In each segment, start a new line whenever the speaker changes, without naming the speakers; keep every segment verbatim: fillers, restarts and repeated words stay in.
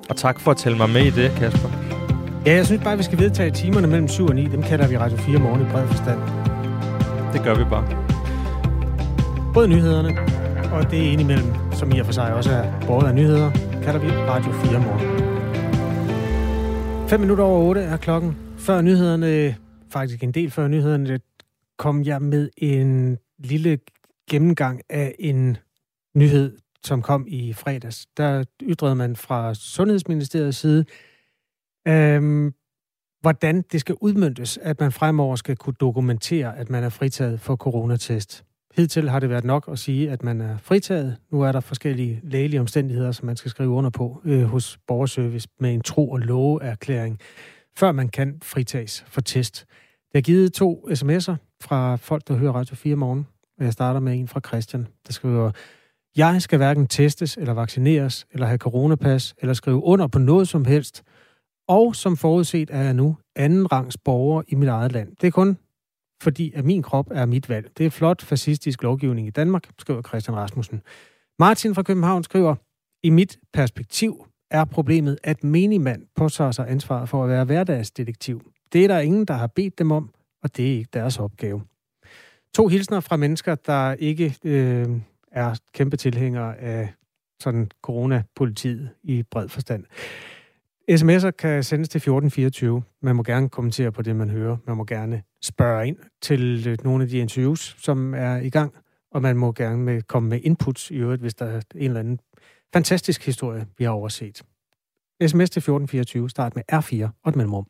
Og tak for at tælle mig med i det, Kasper.
Ja, jeg synes bare, vi skal vedtage timerne mellem syv og ni. Dem kalder vi Radio fire morgen i bred forstand.
Det gør vi bare.
Både nyhederne, og det er indimellem, som i og for sig også er båret af nyheder, kalder vi Radio fire morgen. Fem minutter over otte er klokken. Før nyhederne, faktisk en del før nyhederne, kom jeg med en lille gennemgang af en nyhed, som kom i fredags. Der ytrede man fra Sundhedsministeriets side, øhm, hvordan det skal udmøntes, at man fremover skal kunne dokumentere, at man er fritaget for coronatest. Hidtil har det været nok at sige, at man er fritaget. Nu er der forskellige lægelige omstændigheder, som man skal skrive under på øh, hos Borgerservice med en tro- og love-erklæring, før man kan fritages for test. Det har givet to sms'er fra folk, der hører Radio fire morgen. Jeg starter med en fra Christian, der skriver: Jeg skal hverken testes eller vaccineres, eller have coronapas, eller skrive under på noget som helst. Og som forudset er jeg nu anden rangs borger i mit eget land. Det er kun fordi, at min krop er mit valg. Det er flot fascistisk lovgivning i Danmark, skriver Christian Rasmussen. Martin fra København skriver: I mit perspektiv er problemet, at menigmand påtager sig ansvaret for at være hverdagsdetektiv. Det er der ingen, der har bedt dem om, og det er ikke deres opgave. To hilsner fra mennesker, der ikke øh, er kæmpe tilhængere af sådan coronapolitiet i bred forstand. sms'er kan sendes til fjorten fireogtyve. Man må gerne kommentere på det, man hører. Man må gerne spørge ind til nogle af de interviews, som er i gang. Og man må gerne med, komme med inputs i øvrigt, hvis der er en eller anden fantastisk historie, vi har overset. Sms til fjorten fireogtyve. Start med R fire og et mellemrum.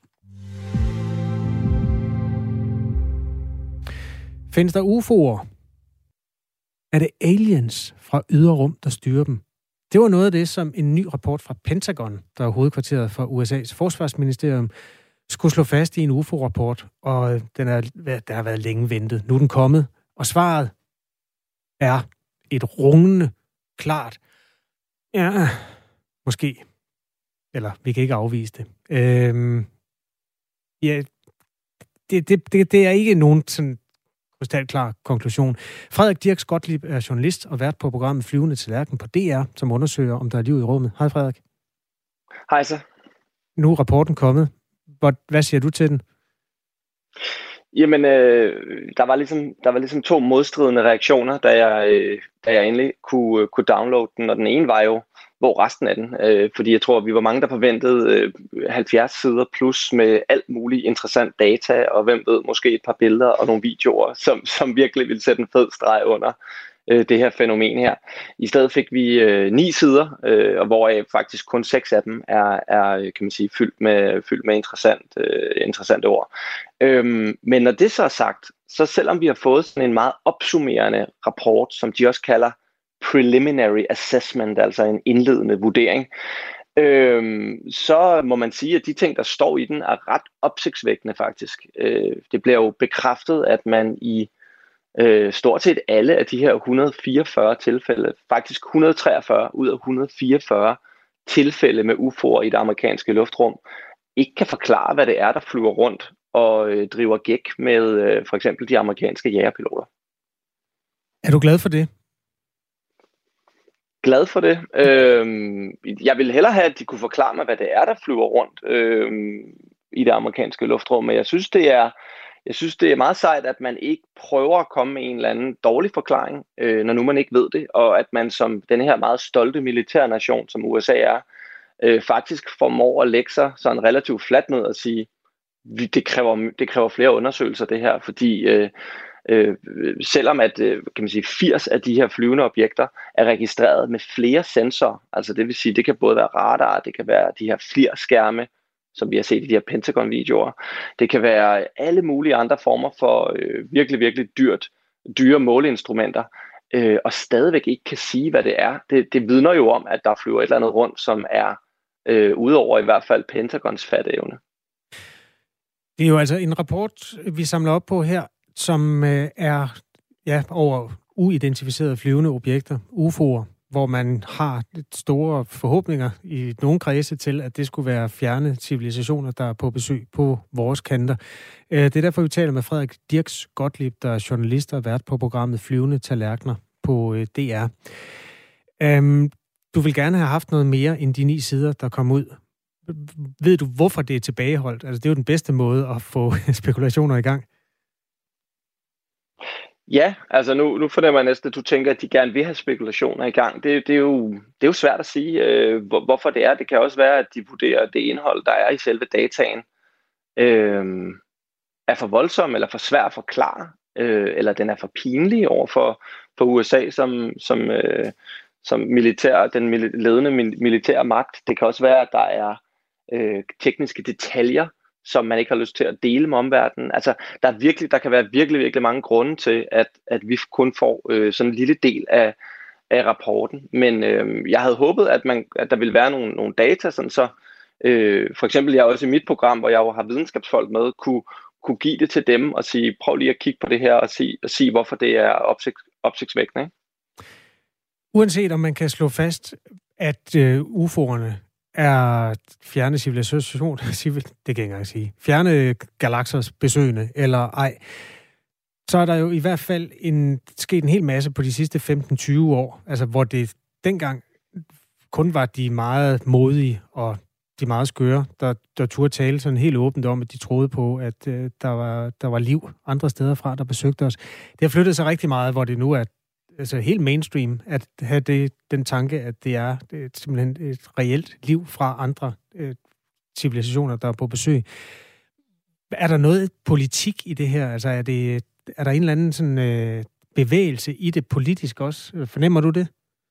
Findes der U F O'er? Er det aliens fra ydre rum, der styrer dem? Det var noget af det, som en ny rapport fra Pentagon, der er hovedkvarteret for U S A's forsvarsministerium, skulle slå fast i en U F O-rapport, og den er, der har været længe ventet. Nu er den kommet, og svaret er et rungende, klart, ja, måske, eller vi kan ikke afvise det. Øhm, ja, det, det, det, det er ikke nogen sådan krystalklar konklusion. Frederik Dirks Gottlieb er journalist og vært på programmet Flyvende Tallerken på D R, som undersøger, om der er liv i rummet. Hej Frederik.
Hej så.
Nu er rapporten kommet. Hvad siger du til den?
Jamen, øh, der, var ligesom, der var ligesom to modstridende reaktioner, da jeg, øh, da jeg endelig kunne, kunne downloade den. Og den ene var jo, hvor resten af den. Øh, fordi jeg tror, vi var mange, der forventede øh, halvfjerds sider plus med alt muligt interessant data, og hvem ved, måske et par billeder og nogle videoer, som, som virkelig ville sætte en fed streg under øh, det her fænomen her. I stedet fik vi øh, ni sider, øh, og hvoraf faktisk kun seks af dem er, er kan man sige, fyldt med, fyldt med interessant, øh, interessante ord. Øhm, men når det så er sagt, så selvom vi har fået sådan en meget opsummerende rapport, som de også kalder preliminary assessment, altså en indledende vurdering, øhm, så må man sige, at de ting, der står i den, er ret opsigtsvækkende faktisk. Øh, det bliver jo bekræftet, at man i øh, stort set alle af de her et hundrede og fireogfyrre tilfælde, faktisk et hundrede og treogfyrre ud af et hundrede og fireogfyrre tilfælde med U F O'er i det amerikanske luftrum, ikke kan forklare, hvad det er, der flyver rundt og øh, driver gæk med øh, for eksempel de amerikanske jagerpiloter.
Er du glad for det?
Glad for det. Øhm, jeg ville hellere have, at de kunne forklare mig, hvad det er, der flyver rundt øhm, i det amerikanske luftrum. Men jeg synes, det er, jeg synes, det er meget sejt, at man ikke prøver at komme med en eller anden dårlig forklaring, øh, når nu man ikke ved det. Og at man som den her meget stolte militærnation, som U S A er, øh, faktisk formår at lægge sig sådan relativt fladt ned og sige, det kræver, det kræver flere undersøgelser, det her. Fordi øh, Øh, selvom at øh, kan man sige, firs af de her flyvende objekter er registreret med flere sensorer, altså det vil sige, det kan både være radar, det kan være de her FLIR-skærme, som vi har set i de her Pentagon-videoer, det kan være alle mulige andre former for øh, virkelig, virkelig dyrt, dyre måleinstrumenter, øh, og stadigvæk ikke kan sige, hvad det er. Det, det vidner jo om, at der flyver et eller andet rundt, som er øh, udover i hvert fald Pentagons fatteevne.
Det er jo altså en rapport, vi samler op på her, som øh, er ja, over uidentificerede flyvende objekter, U F O'er, hvor man har store forhåbninger i nogle kredse til, at det skulle være fjerne civilisationer, der er på besøg på vores kanter. Øh, det er derfor, vi taler med Frederik Dirks Gottlieb, der er journalist og vært på programmet Flyvende Tallerkener på øh, D R. Øhm, du vil gerne have haft noget mere end de ni sider, der kom ud. Ved du, hvorfor det er tilbageholdt? Altså, det er jo den bedste måde at få spekulationer i gang.
Ja, altså nu, nu fornemmer jeg næsten, at du tænker, at de gerne vil have spekulationer i gang. Det, det, er, jo, det er jo svært at sige, øh, hvor, hvorfor det er. Det kan også være, at de vurderer, at det indhold, der er i selve dataen, øh, er for voldsom eller for svær at forklare, øh, eller den er for pinlig over for, for U S A som, som, øh, som militær, den ledende militære magt. Det kan også være, at der er øh, tekniske detaljer, som man ikke har lyst til at dele med omverdenen. Altså, der, er virkelig, der kan være virkelig, virkelig mange grunde til, at, at vi kun får øh, sådan en lille del af, af rapporten. Men øh, jeg havde håbet, at, man, at der ville være nogle, nogle data, sådan så øh, for eksempel jeg også i mit program, hvor jeg jo har videnskabsfolk med, kunne, kunne give det til dem og sige, prøv lige at kigge på det her og sige, og sige hvorfor det er opsigt, opsigtsvækkende. Ikke?
Uanset om man kan slå fast, at øh, U F O'erne er fjerne civilisation, det kan jeg ikke engang sige, fjerne galaksers besøgende, eller ej, så er der jo i hvert fald en, sket en hel masse på de sidste femten til tyve år, altså hvor det dengang kun var de meget modige og de meget skøre, der, der turde tale sådan helt åbent om, at de troede på, at øh, der, var, der var liv andre steder fra, der besøgte os. Det har flyttet sig rigtig meget, hvor det nu er altså helt mainstream, at have det, den tanke, at det er, det er simpelthen et reelt liv fra andre øh, civilisationer, der er på besøg. Er der noget politik i det her? Altså er, det, er der en eller anden sådan, øh, bevægelse i det politisk også? Fornemmer du det?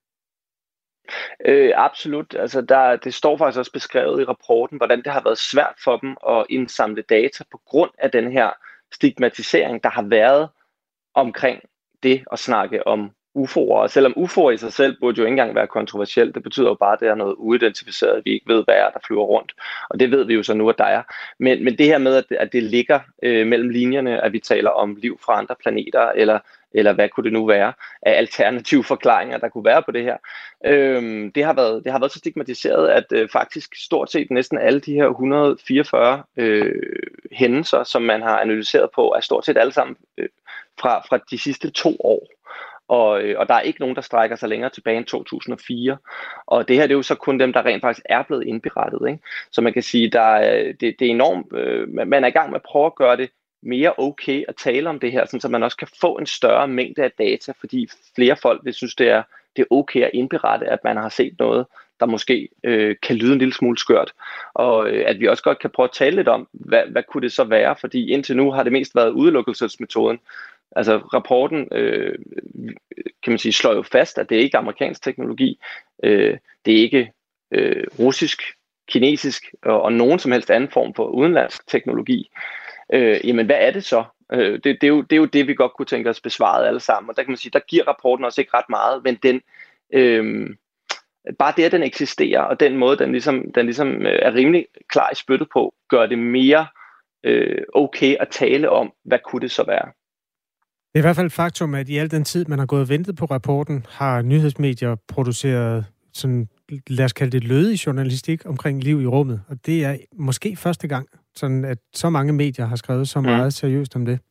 Øh, absolut. Altså der, det står faktisk også beskrevet i rapporten, hvordan det har været svært for dem at indsamle data på grund af den her stigmatisering, der har været omkring det at snakke om U F O'er. Og selvom U F O'er i sig selv burde jo ikke engang være kontroversielt, det betyder jo bare, at det er noget uidentificeret, at vi ikke ved, hvad er, der flyver rundt. Og det ved vi jo så nu, at der er. Men, men det her med, at det, at det ligger øh, mellem linjerne, at vi taler om liv fra andre planeter, eller, eller hvad kunne det nu være, af alternative forklaringer, der kunne være på det her, øh, det, har været, det har været så stigmatiseret, at øh, faktisk stort set næsten alle de her et hundrede og fireogfyrre øh, hændelser, som man har analyseret på, er stort set alle sammen øh, fra, fra de sidste to år. Og, og der er ikke nogen, der strækker sig længere tilbage end to tusind og fire. Og det her det er jo så kun dem, der rent faktisk er blevet indberettet. Ikke? Så man kan sige, der er, det, det er enormt, øh, man er i gang med at prøve at gøre det mere okay at tale om det her, sådan, så man også kan få en større mængde af data, fordi flere folk vil synes, det er, det er okay at indberette, at man har set noget, der måske øh, kan lyde en lille smule skørt. Og øh, at vi også godt kan prøve at tale lidt om, hvad, hvad kunne det så være, fordi indtil nu har det mest været udelukkelsesmetoden. Altså rapporten, øh, kan man sige, slår jo fast, at det er ikke amerikansk teknologi, øh, det er ikke øh, russisk, kinesisk og, og nogen som helst anden form for udenlandsk teknologi. Øh, jamen hvad er det så? Øh, det, det, er jo, det er jo det, vi godt kunne tænke os besvaret alle sammen. Og der kan man sige, der giver rapporten også ikke ret meget, men den, øh, bare det, at den eksisterer, og den måde, den ligesom, den ligesom er rimelig klar i spyttet på, gør det mere øh, okay at tale om, hvad kunne det så være?
Det er i hvert fald et faktum, at i al den tid, man har gået og ventet på rapporten, har nyhedsmedier produceret sådan, lad os kalde det lødig journalistik omkring liv i rummet. Og det er måske første gang, sådan at så mange medier har skrevet så meget mm. seriøst om det.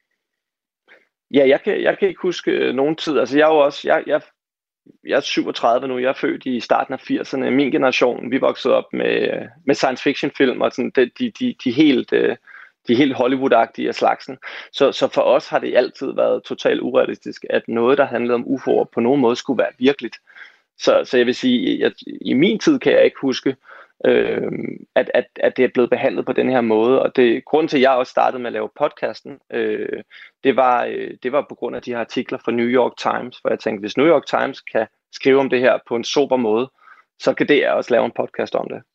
Ja, jeg kan, jeg kan ikke huske nogen tid. Altså jeg er jo også, jeg, jeg, jeg er syvogtredive nu, jeg er født i starten af firserne. Min generation, vi voksede op med, med science fiction film og sådan, de, de, de, de helt... De er helt Hollywood-agtige af slagsen. Så, så for os har det altid været totalt urealistisk, at noget, der handlede om U F O'er, på nogen måde skulle være virkeligt. Så, så jeg vil sige, at i min tid kan jeg ikke huske, øh, at, at, at det er blevet behandlet på den her måde. Og det, grunden til, at jeg også startede med at lave podcasten, øh, det, var, øh, det var på grund af de her artikler fra New York Times, hvor jeg tænkte, hvis New York Times kan skrive om det her på en sober måde, så kan det også lave en podcast om det.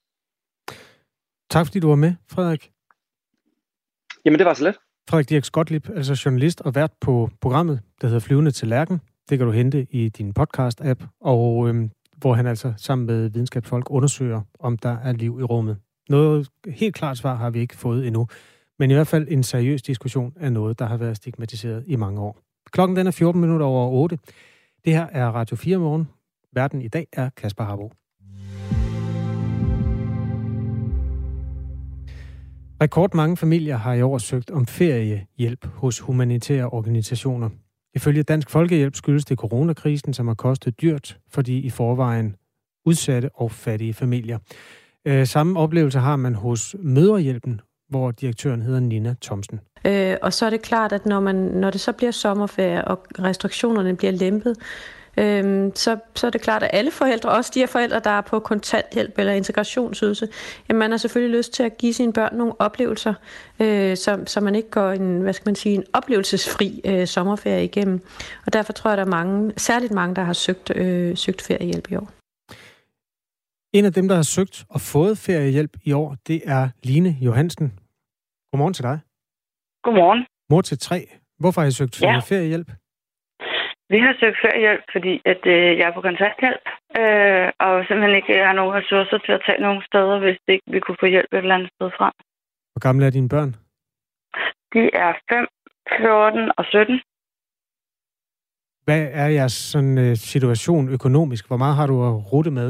Tak fordi du var med, Frederik.
Jamen, det var så let.
Frederik Dirks Gottlieb, altså journalist og vært på programmet, der hedder Flyvende til Lærken. Det kan du hente i din podcast-app, og øhm, hvor han altså sammen med videnskabsfolk undersøger, om der er liv i rummet. Noget helt klart svar har vi ikke fået endnu, men i hvert fald en seriøs diskussion af noget, der har været stigmatiseret i mange år. Klokken den er fjorten minutter over otte. Det her er Radio fire Morgen. Verden i dag er Kasper Harbo. Rekordmange familier har i år søgt om feriehjælp hos humanitære organisationer. Ifølge Dansk Folkehjælp skyldes det coronakrisen, som har kostet dyrt, fordi i forvejen udsatte og fattige familier. Øh, samme oplevelse har man hos Mødrehjælpen, hvor direktøren hedder Nina Thomsen.
Øh, og så er det klart, at når, man, når det så bliver sommerferie, og restriktionerne bliver lempet, øh, så, så er det klart, at alle forældre, også de her forældre, der er på kontanthjælp eller integrationsydelse, jamen man har selvfølgelig lyst til at give sine børn nogle oplevelser, øh, så, så man ikke går en, hvad skal man sige, en oplevelsesfri øh, sommerferie igennem. Og derfor tror jeg, at der er mange, særligt mange, der har søgt, øh, søgt feriehjælp i år.
En af dem, der har søgt og fået feriehjælp i år, det er Line Johansen. Godmorgen til dig.
Godmorgen.
Mor til tre. Hvorfor har I søgt
ja.
feriehjælp?
Vi har søgt feriehjælp, fordi at, øh, jeg er på kontanthjælp, øh, og simpelthen ikke har nogen ressourcer til at tage nogen steder, hvis det ikke vi kunne få hjælp et eller andet sted fra.
Hvor gamle er dine børn?
De er fem, fjorten og sytten.
Hvad er jeres sådan, øh, situation økonomisk? Hvor meget har du at rute med?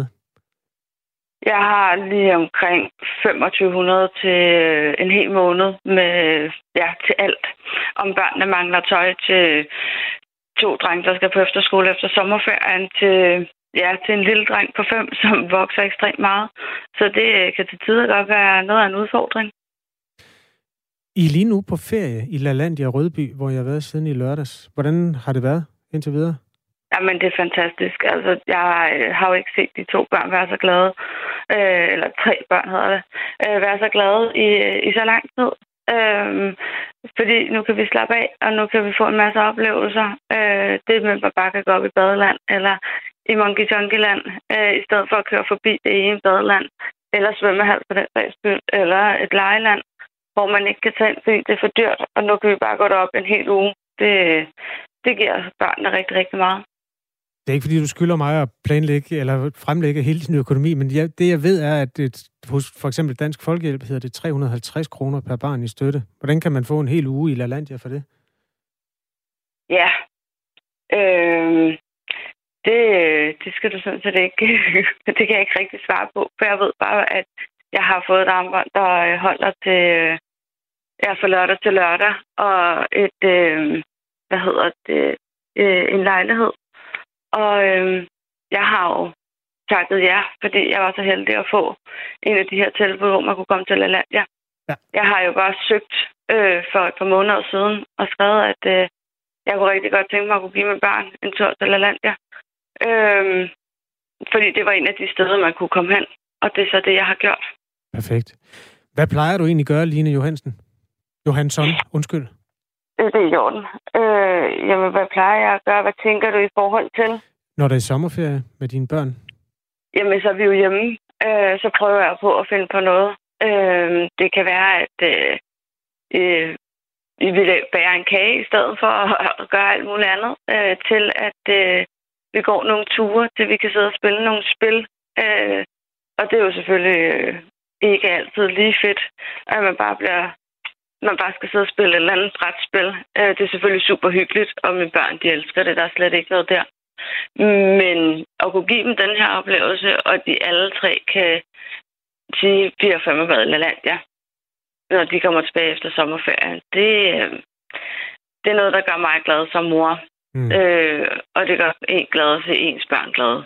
Jeg har lige omkring femogtyve hundrede til en hel måned med, ja, til alt. Om børnene mangler tøj til to drenge, der skal på efterskole efter sommerferien, til, ja, til en lille dreng på fem, som vokser ekstremt meget. Så det kan til tider godt være noget af en udfordring.
I er lige nu på ferie i LaLandia Rødby, hvor jeg har været siden i lørdags. Hvordan har det været indtil videre?
Jamen, det er fantastisk. Altså, jeg har jo ikke set de to børn være så glade, øh, eller tre børn hedder det, øh, være så glade i, i så lang tid. Øh, fordi nu kan vi slappe af, og nu kan vi få en masse oplevelser. Øh, det med, at man bare kan gå op i badeland, eller i Monkey Junkie-land, øh, i stedet for at køre forbi det ene badeland, eller svømmehal på den sags skyld, eller et legeland, hvor man ikke kan tage ind, fordi det er for dyrt, og nu kan vi bare gå derop en hel uge. Det, det giver børnene rigtig, rigtig meget.
Det er ikke, fordi du skylder mig at planlægge eller fremlægge hele din økonomi, men jeg, det jeg ved er, at det, hos for eksempel Dansk Folkehjælp hedder det tre hundrede og halvtreds kroner per barn i støtte. Hvordan kan man få en hel uge i LaLandia for det?
Ja, øh, det, det skal du sådan set ikke. Det kan jeg ikke rigtig svare på, for jeg ved bare, at jeg har fået et armbånd, der holder til, ja, fra lørdag til lørdag, og et, øh, hvad hedder det, øh, en lejlighed. Og øh, jeg har jo takket ja, fordi jeg var så heldig at få en af de her tilbud, hvor man kunne komme til LaLandia. Ja. Jeg har jo bare søgt øh, for et par måneder siden og skrevet, at øh, jeg kunne rigtig godt tænke mig at kunne give mine børn en tur til LaLandia. Øh, fordi det var en af de steder, man kunne komme hen. Og det er så det, jeg har gjort.
Perfekt. Hvad plejer du egentlig at gøre, Line Johansen? Johansson, undskyld.
Det er i orden. Øh, jamen, hvad plejer jeg at gøre? Hvad tænker du i forhold til?
Når der er sommerferie med dine børn?
Jamen, så er vi jo hjemme. Øh, så prøver jeg på at finde på noget. Øh, det kan være, at øh, øh, vi vil bære en kage i stedet for at gøre alt muligt andet. Øh, til at øh, vi går nogle ture, til vi kan sidde og spille nogle spil. Øh, og det er jo selvfølgelig øh, ikke altid lige fedt, at man bare bliver... man bare skal sidde og spille et eller andet brætspil. Det er selvfølgelig super hyggeligt, og mine børn, de elsker det. Der er slet ikke noget der. Men at kunne give dem den her oplevelse, og de alle tre kan sige, vi har fandme været i LaLandia, når de kommer tilbage efter sommerferien, det, det er noget, der gør mig glad som mor. Mm. Øh, og det gør en glad at se ens børn glade.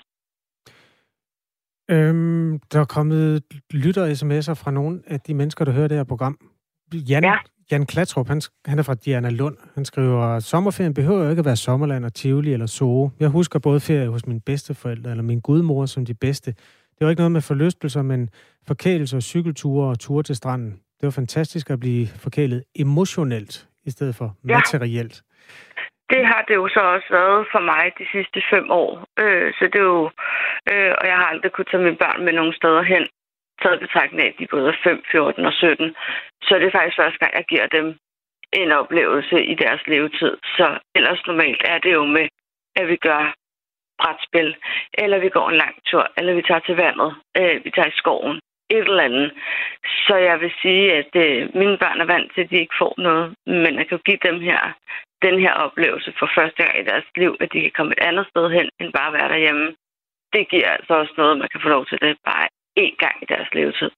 Øhm, der er kommet lytter-sms'er fra nogle af de mennesker, der hører det her program. Jan, ja. Jan Klatrup, han, han er fra Diana Lund. Han skriver, sommerferien behøver jo ikke at være sommerland og Tivoli eller Zoo. Jeg husker både ferie hos mine bedsteforældre eller min gudmor som de bedste. Det var ikke noget med forlystelser, men forkælelser, cykelture og ture til stranden. Det var fantastisk at blive forkælet emotionelt i stedet for ja. materielt.
Det har det jo så også været for mig de sidste fem år. Øh, så det er jo, øh, og jeg har aldrig kunnet tage mine børn med nogen steder hen. Taget betragtning af, at de både er fem, fjorten og sytten. Så det er faktisk første gang, jeg giver dem en oplevelse i deres levetid. Så ellers normalt er det jo med, at vi gør brætspil, eller vi går en lang tur, eller vi tager til vandet, øh, vi tager i skoven, et eller andet. Så jeg vil sige, at øh, mine børn er vant til, at de ikke får noget, men jeg kan give dem her, den her oplevelse for første gang i deres liv, at de kan komme et andet sted hen, end bare være derhjemme. Det giver altså også noget, man kan få lov til det bare en gang i deres levetid.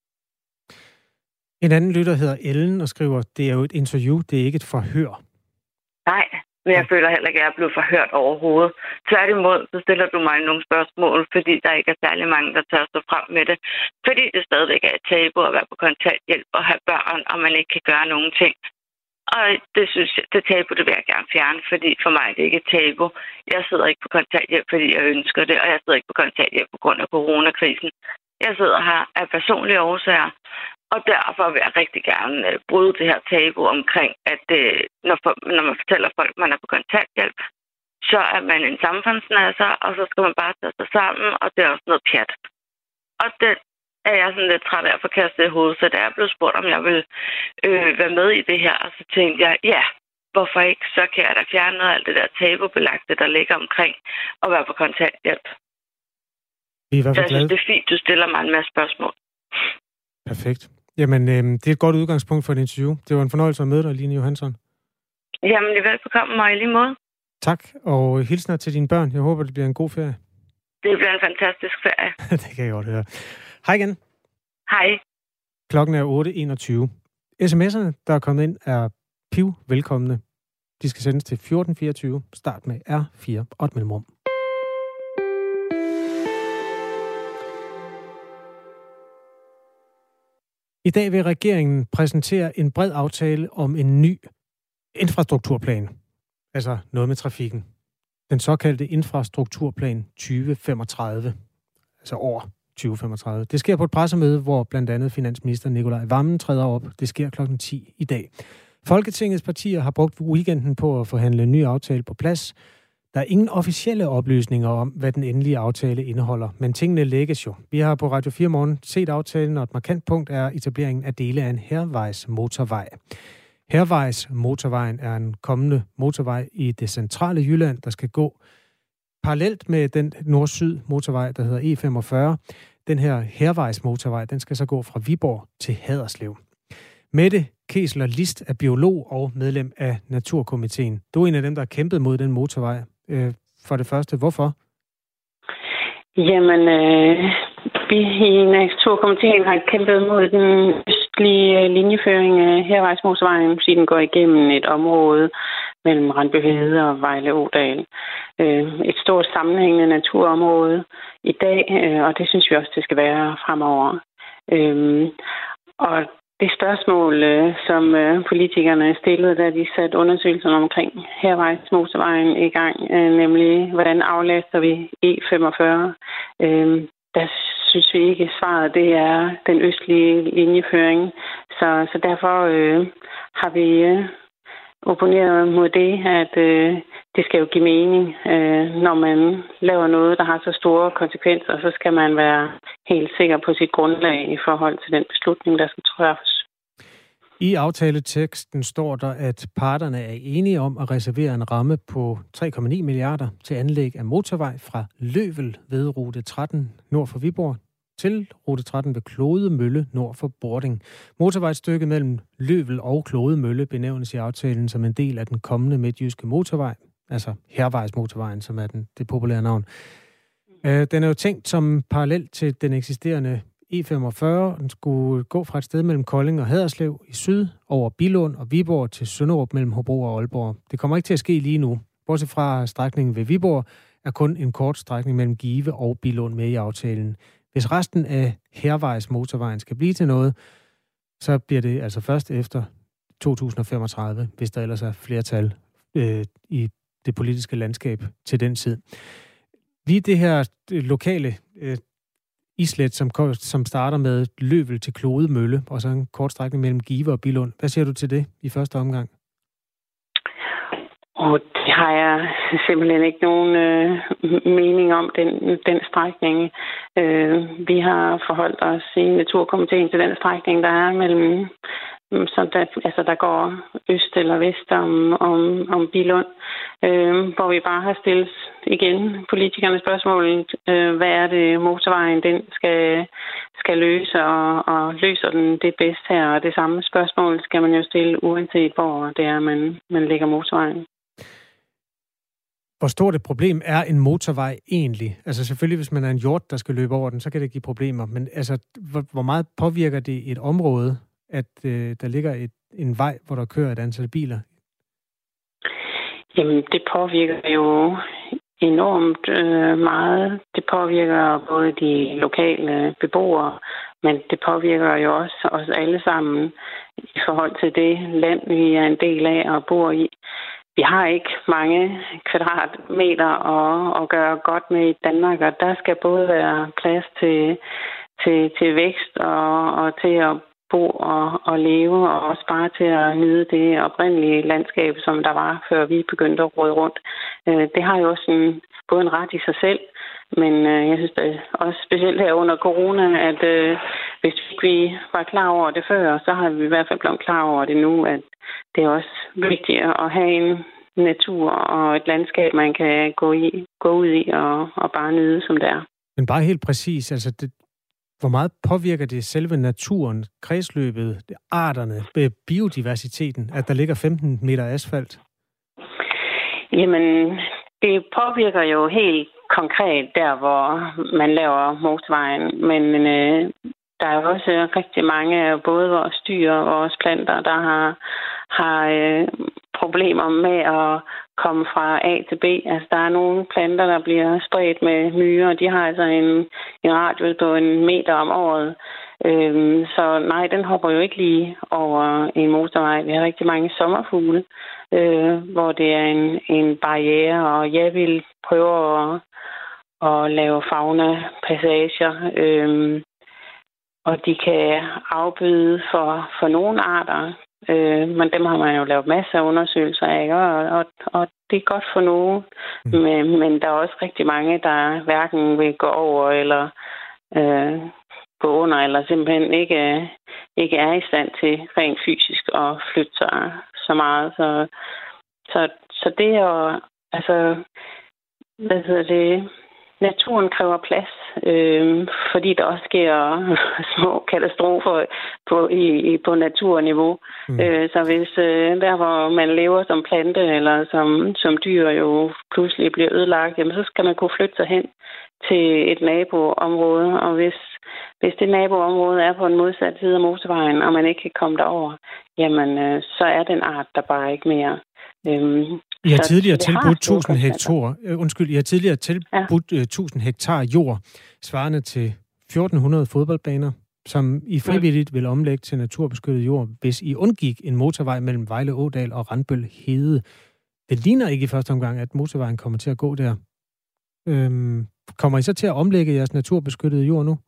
En anden lytter hedder Ellen og skriver, det er jo et interview, det er ikke et forhør.
Nej, Men jeg føler heller ikke, at jeg er blevet forhørt overhovedet. Tværtimod, så stiller du mig nogle spørgsmål, fordi der ikke er særlig mange, der tør stå frem med det. Fordi det stadigvæk er et tabu at være på kontanthjælp og have børn, og man ikke kan gøre nogen ting. Og det synes jeg, det tabu, det vil jeg gerne fjerne, fordi for mig er det ikke et tabu. Jeg sidder ikke på kontanthjælp, fordi jeg ønsker det, og jeg sidder ikke på kontanthjælp på grund af coronakrisen. Jeg sidder her af personlige årsager, og derfor vil jeg rigtig gerne øh, bryde det her tabu omkring, at øh, når, for, når man fortæller folk, at man er på kontanthjælp, så er man en samfundsnasser, og så skal man bare tage sig sammen, og det er også noget pjat. Og det er jeg sådan lidt træt af at få kastet i hovedet, så da jeg blev spurgt, om jeg ville øh, være med i det her, og så tænkte jeg, ja, hvorfor ikke? Så kan jeg da fjerne noget af alt det der tabubelagte, der ligger omkring at være på kontanthjælp.
Vi er i hvert fald
så jeg synes, det er fint, du stiller mig en masse spørgsmål.
Perfekt. Jamen, øh, det er et godt udgangspunkt for et interview. Det var en fornøjelse at møde dig, Line Johansson.
Jamen, det er velbekomme, og i lige måde.
Tak, og hilsner til dine børn. Jeg håber, det bliver en god ferie.
Det bliver en fantastisk ferie.
Det kan jeg godt høre. Hej igen.
Hej.
Klokken er otte enogtyve. sms'erne, der er kommet ind, er piv velkomne. De skal sendes til fjorten fireogtyve. Start med R fire og et mellemrum. I dag vil regeringen præsentere en bred aftale om en ny infrastrukturplan. Altså noget med trafikken. Den såkaldte infrastrukturplan tyve femogtredive. Altså år tyve femogtredive. Det sker på et pressemøde, hvor blandt andet finansminister Nicolai Wammen træder op. Det sker klokken ti i dag. Folketingets partier har brugt weekenden på at forhandle en ny aftale på plads. Der er ingen officielle oplysninger om, hvad den endelige aftale indeholder, men tingene lægges jo. Vi har på Radio fire Morgen set aftalen, og et markant punkt er etableringen af dele af en Hærvejsmotorvej. Hærvejsmotorvejen er en kommende motorvej i det centrale Jylland, der skal gå parallelt med den nord-syd motorvej, der hedder E femogfyrre. Den her Hærvejsmotorvej, den skal så gå fra Viborg til Haderslev. Mette Kesler List er biolog og medlem af Naturkomiteen. Du er en af dem, der har kæmpet mod den motorvej. For det første, hvorfor?
Jamen, øh, vi i Naturkomiteen har kæmpet mod den østlige linjeføring af Hærvejsmotorvejen, fordi den går igennem et område mellem Randbøhede og Vejle-Ådal. Øh, et stort sammenhængende naturområde i dag, øh, og det synes vi også, det skal være fremover. Øh, og det spørgsmål, som politikerne stillede, da de satte undersøgelsen omkring Hærvejsmotorvejen i gang, nemlig hvordan aflaster vi E femogfyrre, der synes vi ikke, svaret det er den østlige linjeføring. Så, så derfor øh, har vi øh, opponeret mod det, at øh, det skal jo give mening. Øh, når man laver noget, der har så store konsekvenser, så skal man være helt sikker på sit grundlag i forhold til den beslutning, der skal træffes.
I aftaleteksten står der, at parterne er enige om at reservere en ramme på tre komma ni milliarder til anlæg af motorvej fra Løvel ved rute tretten nord for Viborg til rute tretten ved Klode Mølle nord for Bording. Motorvejsstykket mellem Løvel og Klode Mølle benævnes i aftalen som en del af den kommende midtjyske motorvej, altså Hærvejsmotorvejen, som er den, det populære navn. Den er jo tænkt som parallel til den eksisterende E femogfyrre. Den skulle gå fra et sted mellem Kolding og Haderslev i syd over Billund og Viborg til Sønderup mellem Hobro og Aalborg. Det kommer ikke til at ske lige nu. Bortset fra strækningen ved Viborg er kun en kort strækning mellem Give og Billund med i aftalen. Hvis resten af Hærvejsmotorvejen skal blive til noget, så bliver det altså først efter to tusind femogtredive, hvis der ellers er flertal øh, i det politiske landskab til den tid. Lige det her lokale øh, islet, som, som starter med Løvel til Klode Mølle, og så en kort strækning mellem Give og Billund. Hvad siger du til det i første omgang?
Og det har jeg simpelthen ikke nogen øh, mening om, den, den strækning. Øh, vi har forholdt os i Naturkomiteen til den strækning, der er mellem, som der, altså der går øst eller vest om, om, om Billund, øh, hvor vi bare har stillet igen politikernes spørgsmål, øh, hvad er det motorvejen, den skal, skal løse, og, og løser den det bedst her, og det samme spørgsmål skal man jo stille, uanset hvor det er, man, man lægger motorvejen.
Hvor stort et problem er en motorvej egentlig? Altså selvfølgelig, hvis man er en hjort, der skal løbe over den, så kan det give problemer. Men altså, hvor, hvor meget påvirker det et område, at øh, der ligger et, en vej, hvor der kører et antal biler?
Jamen, det påvirker jo enormt øh, meget. Det påvirker både de lokale beboere, men det påvirker jo også os alle sammen i forhold til det land, vi er en del af og bor i. Vi har ikke mange kvadratmeter at, at gøre godt med i Danmark, og der skal både være plads til, til, til vækst og, og til at bo og, og leve, og også bare til at nyde det oprindelige landskab, som der var, før vi begyndte at råde rundt. Det har jo også en, både en ret i sig selv, men jeg synes det også specielt her under corona, at øh, hvis vi var klar over det før, så har vi i hvert fald blevet klar over det nu, at det er også vigtigt at have en natur og et landskab, man kan gå, i, gå ud i og, og bare nyde, som det er.
Men bare helt præcis, altså det, hvor meget påvirker det selve naturen, kredsløbet, arterne, biodiversiteten, at der ligger femten meter asfalt?
Jamen, det påvirker jo helt konkret der, hvor man laver motorvejen, men øh, der er jo også rigtig mange, både vores dyr og vores planter, der har, har øh, problemer med at komme fra A til B. Altså, der er nogle planter, der bliver spredt med myrer, og de har altså en, en radius på en meter om året. Øhm, så nej, den hopper jo ikke lige over en motorvej. Vi har rigtig mange sommerfugle, øh, hvor det er en, en barriere, og jeg vil prøve at, at lave fauna-passager, øh, og de kan afbøde for, for nogle arter. Øh, men dem har man jo lavet masser af undersøgelser af, og, og, og det er godt for nogen. Mm. Men, men der er også rigtig mange, der hverken vil gå over eller øh, gå under, eller simpelthen ikke, ikke er i stand til rent fysisk at flytte sig så meget. Så, så, så det er jo, altså, hvad hedder det, naturen kræver plads, øh, fordi der også sker små katastrofer på, i, på naturniveau. Mm. Øh, så hvis øh, der, hvor man lever som plante eller som, som dyr jo pludselig bliver ødelagt, jamen, så skal man kunne flytte sig hen til et naboområde. Og hvis, hvis det naboområde er på en modsat side af motorvejen, og man ikke kan komme derover, jamen øh, så er den art der bare ikke mere. Øhm,
I har tidligere tilbudt tusind hektar, undskyld, I har tidligere tilbudt ja. tusind hektar jord, svarende til fjorten hundrede fodboldbaner, som I frivilligt vil omlægge til naturbeskyttet jord, hvis I undgik en motorvej mellem Vejle Ådal og Randbøl Hede. Det ligner ikke i første omgang, at motorvejen kommer til at gå der. Øhm, kommer I så til at omlægge jeres naturbeskyttede jord nu?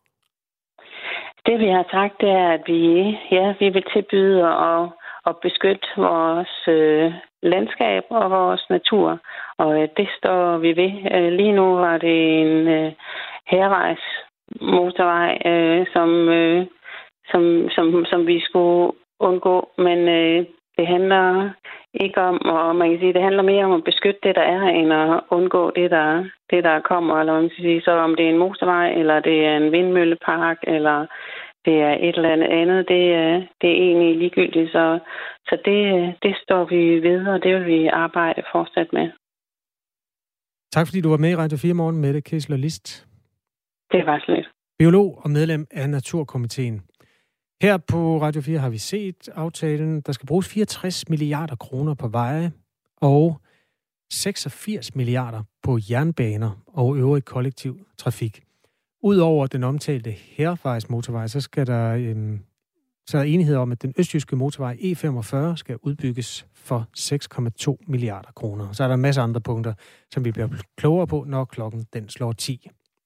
Det vi har sagt, det er, at vi, ja, vi vil tilbyde at, at beskytte vores øh, landskab og vores natur, og øh, det står vi ved. Øh, lige nu var det en øh, hervejs motorvej, øh, som, øh, som, som, som vi skulle undgå, men øh, det handler ikke om, og man kan sige, det handler mere om at beskytte det, der er, end at undgå det, der, det, der kommer, eller man kan sige, så om det er en motorvej, eller det er en vindmøllepark, eller det er et eller andet andet, det, det er egentlig ligegyldigt, så, så det, det står vi ved, og det vil vi arbejde fortsat med.
Tak fordi du var med i Radio fire Morgen, Mette Kessler List.
Det var slet.
Biolog og medlem af Naturkomiteen. Her på Radio fire har vi set aftalen. Der skal bruges fireogtres milliarder kroner på veje og seksogfirs milliarder på jernbaner og øvrig kollektiv trafik. Udover den omtalte Hærvejsmotorvej, så skal der øhm, så er enighed om, at den østjyske motorvej E femogfyrre skal udbygges for seks komma to milliarder kroner. Så er der en masse andre punkter, som vi bliver klogere på, når klokken den slår ti.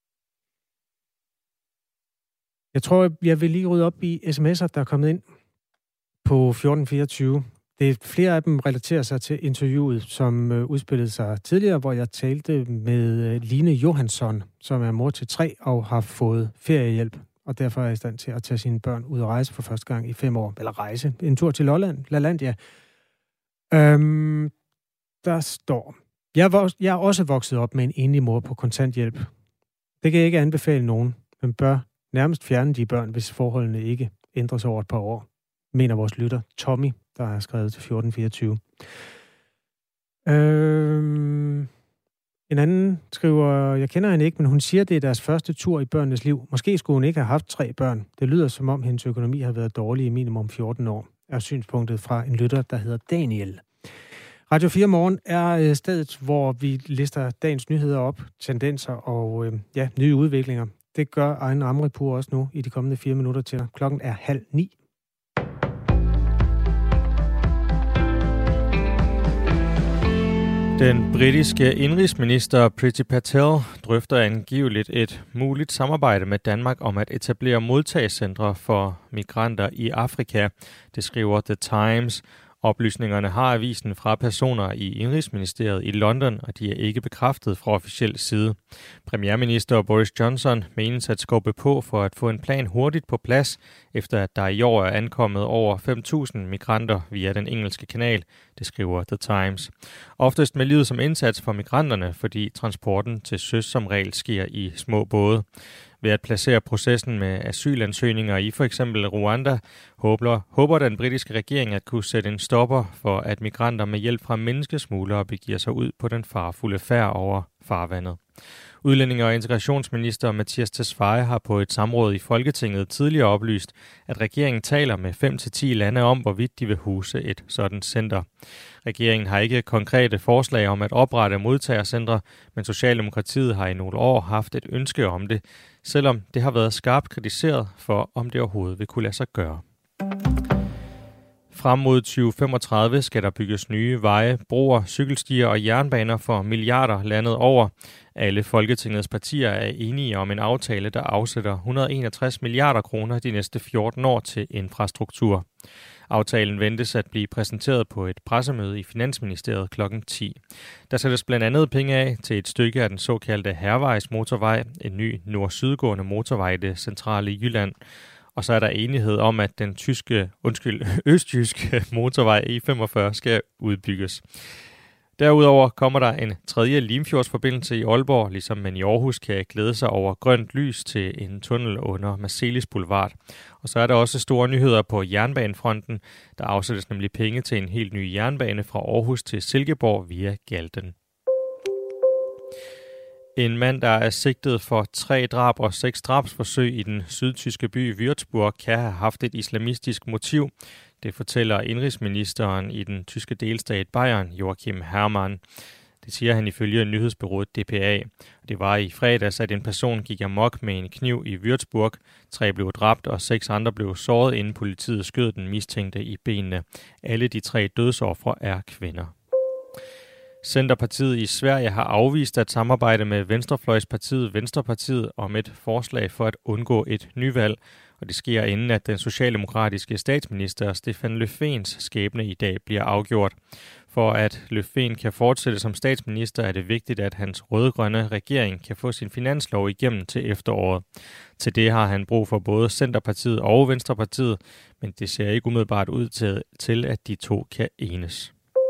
Jeg tror, jeg vil lige rydde op i sms'er, der er kommet ind på fjorten fireogtyve. Det er flere af dem relaterer sig til interviewet, som øh, udspillede sig tidligere, hvor jeg talte med øh, Line Johansson, som er mor til tre og har fået feriehjælp, og derfor er i stand til at tage sine børn ud og rejse for første gang i fem år. Eller rejse. En tur til Lolland, LaLandia. Øhm, der står, jeg, vok- jeg er også vokset op med en enlig mor på kontanthjælp. Det kan jeg ikke anbefale nogen, men bør nærmest fjerne de børn, hvis forholdene ikke ændres over et par år, mener vores lytter Tommy, der har skrevet til fjorten fireogtyve. Øhm, en anden skriver, jeg kender hende ikke, men hun siger, det er deres første tur i børnenes liv. Måske skulle hun ikke have haft tre børn. Det lyder som om, hendes økonomi har været dårlig i minimum fjorten år, er synspunktet fra en lytter, der hedder Daniel. Radio fire Morgen er stedet, hvor vi lister dagens nyheder op, tendenser og ja, nye udviklinger. Det gør Ejne Amripur også nu i de kommende fire minutter til dig. Klokken er halv ni.
Den britiske indrigsminister Priti Patel drøfter angiveligt et muligt samarbejde med Danmark om at etablere modtagecentre for migranter i Afrika. Det skriver The Times. Oplysningerne har avisen fra personer i Indrigsministeriet i London, og de er ikke bekræftet fra officiel side. Premierminister Boris Johnson menes at skubbe på for at få en plan hurtigt på plads, efter at der i år er ankommet over fem tusind migranter via den engelske kanal, det skriver The Times. Oftest med livet som indsats for migranterne, fordi transporten til søs som regel sker i små både. Ved at placere processen med asylansøgninger i for eksempel Rwanda, håber, håber den britiske regering at kunne sætte en stopper for, at migranter med hjælp fra menneskesmuglere begiver sig ud på den farfulde færd over farvandet. Udlændinge- og integrationsminister Mattias Tesfaye har på et samråd i Folketinget tidligere oplyst, at regeringen taler med fem til ti lande om, hvorvidt de vil huse et sådan center. Regeringen har ikke konkrete forslag om at oprette modtagercentre, men Socialdemokratiet har i nogle år haft et ønske om det, selvom det har været skarpt kritiseret for, om det overhovedet vil kunne lade sig gøre. Frem mod tyve femogtredive skal der bygges nye veje, broer, cykelstier og jernbaner for milliarder landet over. Alle Folketingets partier er enige om en aftale, der afsætter et hundrede og enogtres milliarder kroner de næste fjorten år til infrastruktur. Aftalen ventes at blive præsenteret på et pressemøde i Finansministeriet klokken ti. Der sættes blandt andet penge af til et stykke af den såkaldte Hærvejsmotorvej, en ny nord-sydgående motorvej i det centrale Jylland. Og så er der enighed om, at den tyske, undskyld, østjyske motorvej E femogfyrre skal udbygges. Derudover kommer der en tredje Limfjordsforbindelse i Aalborg, ligesom man i Aarhus kan glæde sig over grønt lys til en tunnel under Marselis Boulevard. Og så er der også store nyheder på jernbanefronten. Der afsættes nemlig penge til en helt ny jernbane fra Aarhus til Silkeborg via Galten. En mand, der er sigtet for tre drab og seks drabsforsøg i den sydtyske by Würzburg, kan have haft et islamistisk motiv. Det fortæller indrigsministeren i den tyske delstat Bayern, Joachim Herrmann. Det siger han ifølge nyhedsbureauet D P A. Det var i fredags, at en person gik amok med en kniv i Würzburg. Tre blev dræbt, og seks andre blev såret, inden politiet skød den mistænkte i benene. Alle de tre dødsofre er kvinder. Centerpartiet i Sverige har afvist at samarbejde med venstrefløjspartiet Venstrepartiet om et forslag for at undgå et nyvalg, og det sker inden, at den socialdemokratiske statsminister Stefan Löfvens skæbne i dag bliver afgjort. For at Löfven kan fortsætte som statsminister, er det vigtigt, at hans rød-grønne regering kan få sin finanslov igennem til efteråret. Til det har han brug for både Centerpartiet og Venstrepartiet, men det ser ikke umiddelbart ud til, til at de to kan enes.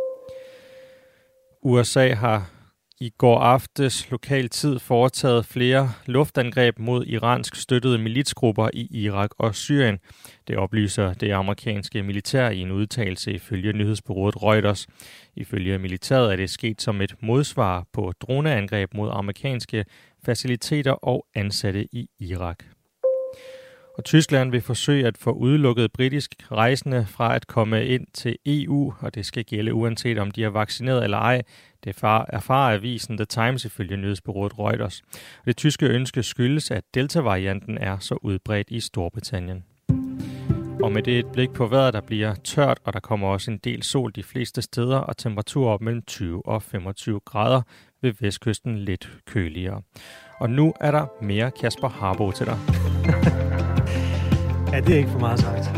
U S A har i går aftes lokal tid foretaget flere luftangreb mod iransk støttede militsgrupper i Irak og Syrien. Det oplyser det amerikanske militær i en udtalelse ifølge nyhedsbureauet Reuters. Ifølge militæret er det sket som et modsvar på droneangreb mod amerikanske faciliteter og ansatte i Irak. Og Tyskland vil forsøge at få udelukket britisk rejsende fra at komme ind til E U, og det skal gælde uanset om de er vaccineret eller ej. Det erfarer avisen The Times ifølge nyhedsbureauet Reuters. Det tyske ønske skyldes, at Delta-varianten er så udbredt i Storbritannien. Og med det et blik på vejret, der bliver tørt, og der kommer også en del sol de fleste steder, og temperaturer op mellem tyve og femogtyve grader, ved vestkysten lidt køligere. Og nu er der mere Kasper Harbo til dig.
Ja, det er ikke for meget sagt.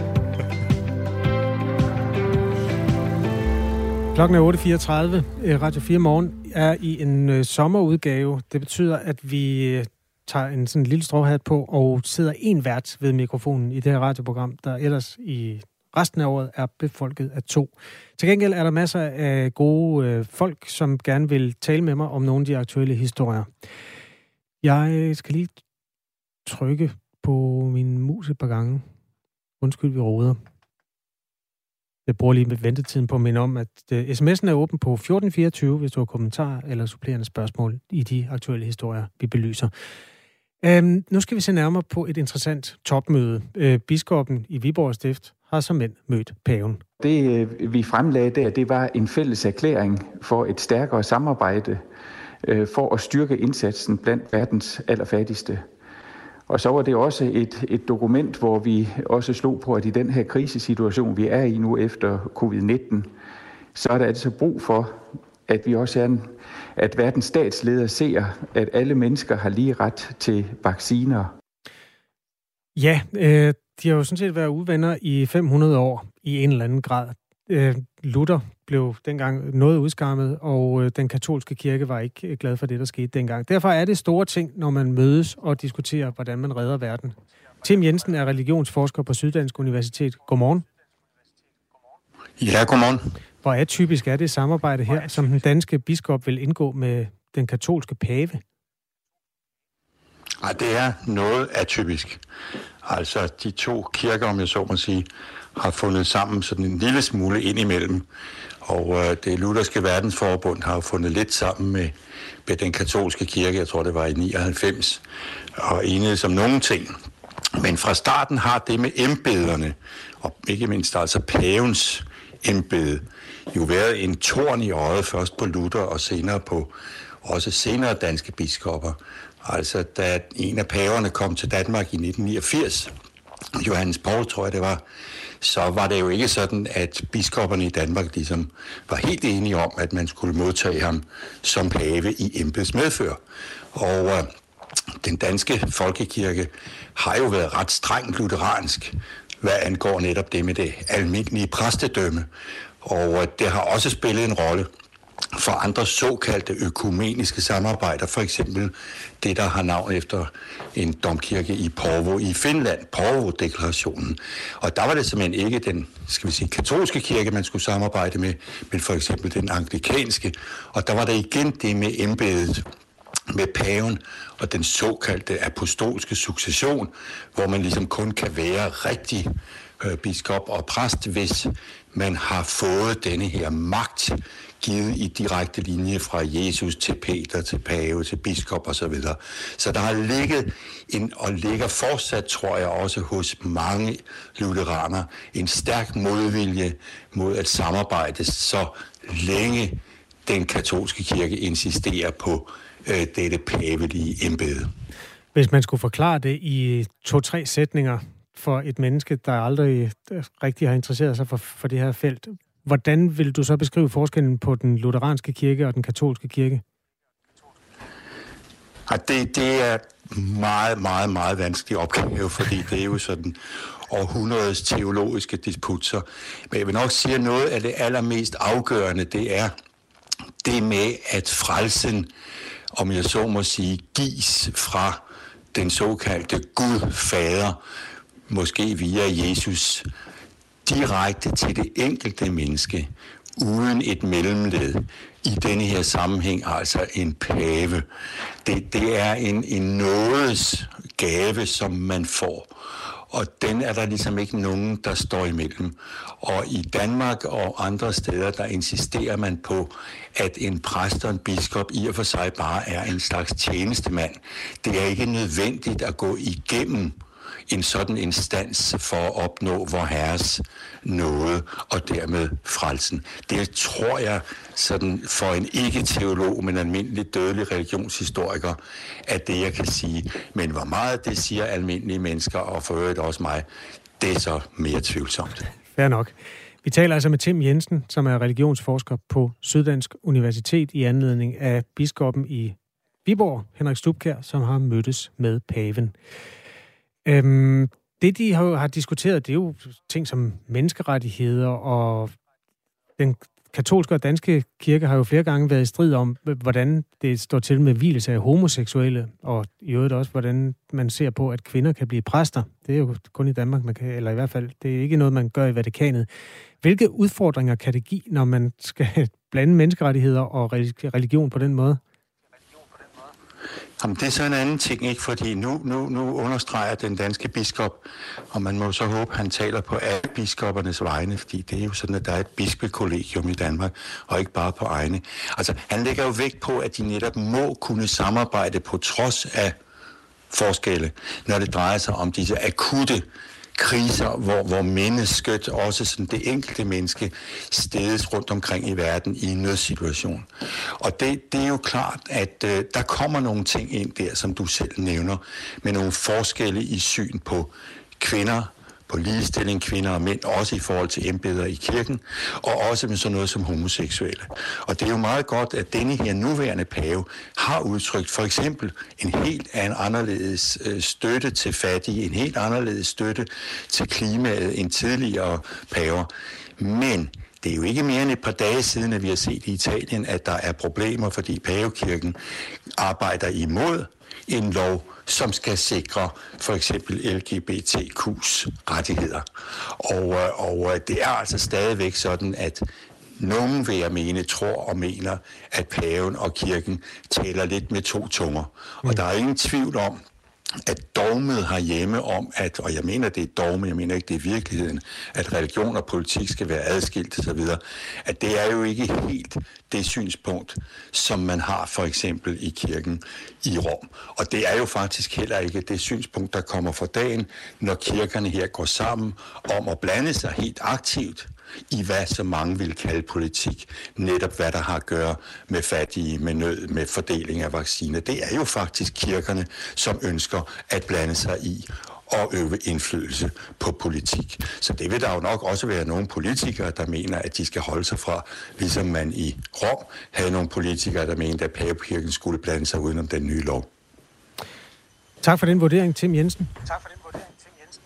Klokken er otte fireogtredive. Radio fire Morgen er i en øh, sommerudgave. Det betyder, at vi øh, tager en sådan lille stråhat på og sidder en vært ved mikrofonen i det her radioprogram, der ellers i resten af året er befolket af to. Til gengæld er der masser af gode øh, folk, som gerne vil tale med mig om nogle af de aktuelle historier. Jeg skal lige trykke på min mus et par gange. Undskyld, vi roder. Jeg bruger lige med ventetiden på at minde om, at uh, sms'en er åben på fjorten fireogtyve, hvis du har kommentarer eller supplerende spørgsmål i de aktuelle historier, vi belyser. Um, nu skal vi se nærmere på et interessant topmøde. Uh, biskoppen i Viborg Stift har som mænd mødt paven.
Det vi fremlagde der, det var en fælles erklæring for et stærkere samarbejde for at styrke indsatsen blandt verdens allerfattigste. Og så var det også et, et dokument, hvor vi også slog på, at i den her krisesituation, vi er i nu efter covid nitten, så er der altså brug for, at vi også er en, at verdens statsledere ser, at alle mennesker har lige ret til vacciner.
Ja, øh, de har jo sådan set været uvenner i fem hundrede år i en eller anden grad. Øh, Luther blev dengang noget udskammet, og øh, den katolske kirke var ikke glad for det, der skete dengang. Derfor er det store ting, når man mødes og diskuterer, hvordan man redder verden. Tim Jensen er religionsforsker på Syddansk Universitet. Godmorgen.
Ja, godmorgen.
Hvor atypisk er det samarbejde her, som den danske biskop vil indgå med den katolske pave?
Ja, det er noget atypisk. Altså, de to kirker, om jeg så må sige, har fundet sammen sådan en lille smule ind imellem. Og øh, det lutherske verdensforbund har fundet lidt sammen med, med den katolske kirke, jeg tror det var i nioghalvfems, og enede som nogle ting. Men fra starten har det med embederne, og ikke mindst altså pavens embede, jo været en torn i øjet, først på Luther og senere på også senere danske biskopper. Altså, da en af paverne kom til Danmark i nitten niogfirs, Johannes Paul, tror jeg det var, så var det jo ikke sådan, at biskopperne i Danmark ligesom var helt enige om, at man skulle modtage ham som pave i embedsmedfør. Og øh, den danske folkekirke har jo været ret strengt lutheransk, hvad angår netop det med det almindelige præstedømme. Og øh, det har også spillet en rolle for andre såkaldte økumeniske samarbejder, for eksempel det, der har navn efter en domkirke i Porvoo i Finland, Porvoo-deklarationen. Og der var det simpelthen ikke den, skal vi sige, katolske kirke, man skulle samarbejde med, men for eksempel den anglikanske. Og der var der igen det med embedet med paven og den såkaldte apostolske succession, hvor man ligesom kun kan være rigtig øh, biskop og præst, hvis man har fået denne her magt givet i direkte linje fra Jesus til Peter, til pave, til biskop og så videre. Så der har ligget en, og ligger fortsat, tror jeg, også hos mange lutheraner, en stærk modvilje mod at samarbejde, så længe den katolske kirke insisterer på øh, dette pavelige embede.
Hvis man skulle forklare det i to-tre sætninger for et menneske, der aldrig rigtig har interesseret sig for, for det her felt, hvordan vil du så beskrive forskellen på den lutheranske kirke og den katolske kirke?
Ja, det, det er meget, meget, meget vanskelig opgave, fordi det er jo sådan århundredets teologiske disputser. Men jeg vil nok sige, at noget af det allermest afgørende, det er det med, at frelsen, om jeg så må sige, gives fra den såkaldte Gud Fader, måske via Jesus, direkte til det enkelte menneske, uden et mellemled. I denne her sammenhæng altså en pave. Det, det er en, en nådes gave, som man får. Og den er der ligesom ikke nogen, der står imellem. Og i Danmark og andre steder, der insisterer man på, at en præst og en biskop i og for sig bare er en slags tjenestemand. Det er ikke nødvendigt at gå igennem en sådan instans for at opnå vor Herres nåde og dermed frelsen. Det tror jeg sådan for en ikke-teolog, men almindelig dødelig religionshistoriker, at det jeg kan sige. Men hvor meget det siger almindelige mennesker, og for øvrigt også mig, det er så mere tvivlsomt.
Fair nok. Vi taler altså med Tim Jensen, som er religionsforsker på Syddansk Universitet i anledning af biskoppen i Viborg, Henrik Stubkjær, som har mødtes med paven. Øhm, det, de har, har diskuteret, det er jo ting som menneskerettigheder, og den katolske og danske kirke har jo flere gange været i strid om, hvordan det står til med hvilelse af homoseksuelle, og i øvrigt også, hvordan man ser på, at kvinder kan blive præster. Det er jo kun i Danmark, man kan, eller i hvert fald, det er ikke noget, man gør i Vatikanet. Hvilke udfordringer kan det give, når man skal blande menneskerettigheder og religion på den måde?
Jamen, det er så en anden ting, ikke? Fordi nu, nu, nu understreger den danske biskop, og man må så håbe, han taler på alle biskoppernes vegne, fordi det er jo sådan, at der er et bispekollegium i Danmark, og ikke bare på egne. Altså, han lægger jo vægt på, at de netop må kunne samarbejde på trods af forskelle, når det drejer sig om disse akutte kriser, hvor, hvor mennesket, også sådan det enkelte menneske, stedes rundt omkring i verden i en nødsituation. Og det, det er jo klart, at øh, der kommer nogle ting ind der, som du selv nævner, med nogle forskelle i syn på kvinder, på ligestilling, kvinder og mænd, også i forhold til embeder i kirken, og også med sådan noget som homoseksuelle. Og det er jo meget godt, at denne her nuværende pave har udtrykt for eksempel en helt anderledes støtte til fattige, en helt anderledes støtte til klimaet end tidligere paver. Men det er jo ikke mere end et par dage siden, at vi har set i Italien, at der er problemer, fordi pavekirken arbejder imod en lov, som skal sikre for eksempel L G B T Q's rettigheder. Og, og det er altså stadigvæk sådan, at nogen, vil jeg mene, tror og mener, at paven og kirken taler lidt med to tunger. Og der er ingen tvivl om, at dogmet herhjemme om, at, og jeg mener, det er dogme, jeg mener ikke, det er virkeligheden, at religion og politik skal være adskilt osv., at det er jo ikke helt det synspunkt, som man har for eksempel i kirken i Rom. Og det er jo faktisk heller ikke det synspunkt, der kommer for dagen, når kirkerne her går sammen om at blande sig helt aktivt i hvad så mange vil kalde politik, netop hvad der har at gøre med fattige, med nød, med fordeling af vacciner. Det er jo faktisk kirkerne, som ønsker at blande sig i og øve indflydelse på politik. Så det vil der jo nok også være nogle politikere, der mener, at de skal holde sig fra, ligesom man i Rom havde nogle politikere, der mente, at pavekirken skulle blande sig udenom den nye lov.
Tak for den vurdering, Tim Jensen.
Tak for den vurdering, Tim Jensen.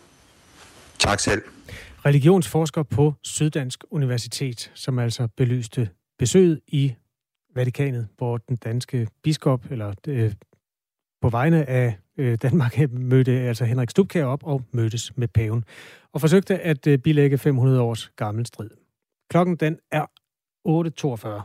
Tak selv.
Religionsforsker på Syddansk Universitet, som altså belyste besøget i Vatikanet, hvor den danske biskop, eller øh, på vegne af øh, Danmark, mødte altså Henrik Stubkjær op og mødtes med paven, og forsøgte at øh, bilægge fem hundrede års gammel strid. Klokken den er otte toogfyrre.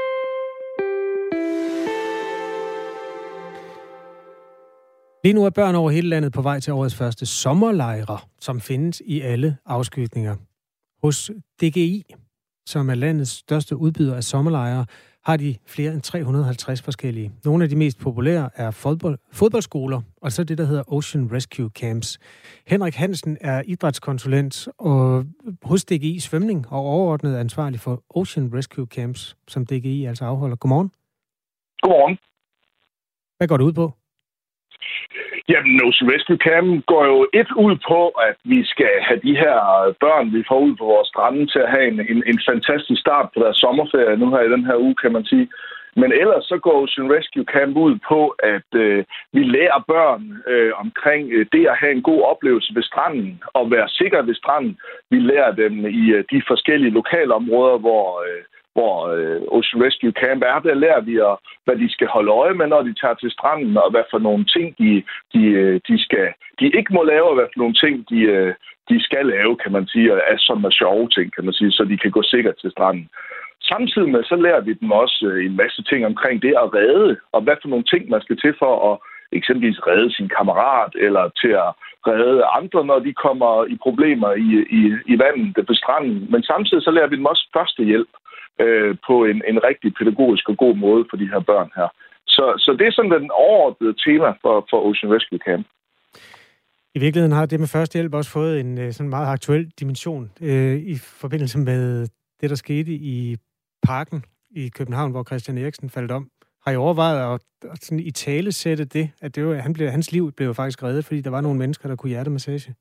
Lige nu er børn over hele landet på vej til årets første sommerlejre, som findes i alle afskygninger. Hos D G I, som er landets største udbyder af sommerlejre, har de flere end tre hundrede og halvtreds forskellige. Nogle af de mest populære er fodbold, fodboldskoler, og så det, der hedder Ocean Rescue Camps. Henrik Hansen er idrætskonsulent og hos D G I Svømning og overordnet ansvarlig for Ocean Rescue Camps, som D G I altså afholder. Godmorgen.
Godmorgen.
Hvad går det ud på?
Jamen, Ocean Rescue Camp går jo et ud på, at vi skal have de her børn, vi får ud på vores strande, til at have en, en, en fantastisk start på deres sommerferie nu her i den her uge, kan man sige. Men ellers så går Ocean Rescue Camp ud på, at øh, vi lærer børn øh, omkring øh, det at have en god oplevelse ved stranden og være sikker ved stranden. Vi lærer dem i øh, de forskellige lokalområder, hvor... Øh, hvor øh, Ocean Rescue Camp er, der lærer vi, at, hvad de skal holde øje med, når de tager til stranden, og hvad for nogle ting, de, de, de, skal, de ikke må lave, og hvad for nogle ting, de, de skal lave, kan man sige, og som er sjove ting, kan man sige, så de kan gå sikkert til stranden. Samtidig med, så lærer vi dem også en masse ting omkring det at redde, og hvad for nogle ting, man skal til for at eksempelvis redde sin kammerat, eller til at redde andre, når de kommer i problemer i, i, i vandet på stranden. Men samtidig så lærer vi dem også førstehjælp øh, på en, en rigtig pædagogisk og god måde for de her børn her. Så, så det er sådan den overordnede tema for, for Ocean Rescue Camp.
I virkeligheden har det med førstehjælp også fået en sådan meget aktuel dimension øh, i forbindelse med det, der skete i parken i København, hvor Christian Eriksen faldt om. Har I overvejet at, at sådan i tale sætte det, at det var, han blev, hans liv blev faktisk reddet, fordi der var nogle mennesker, der kunne hjertemassage?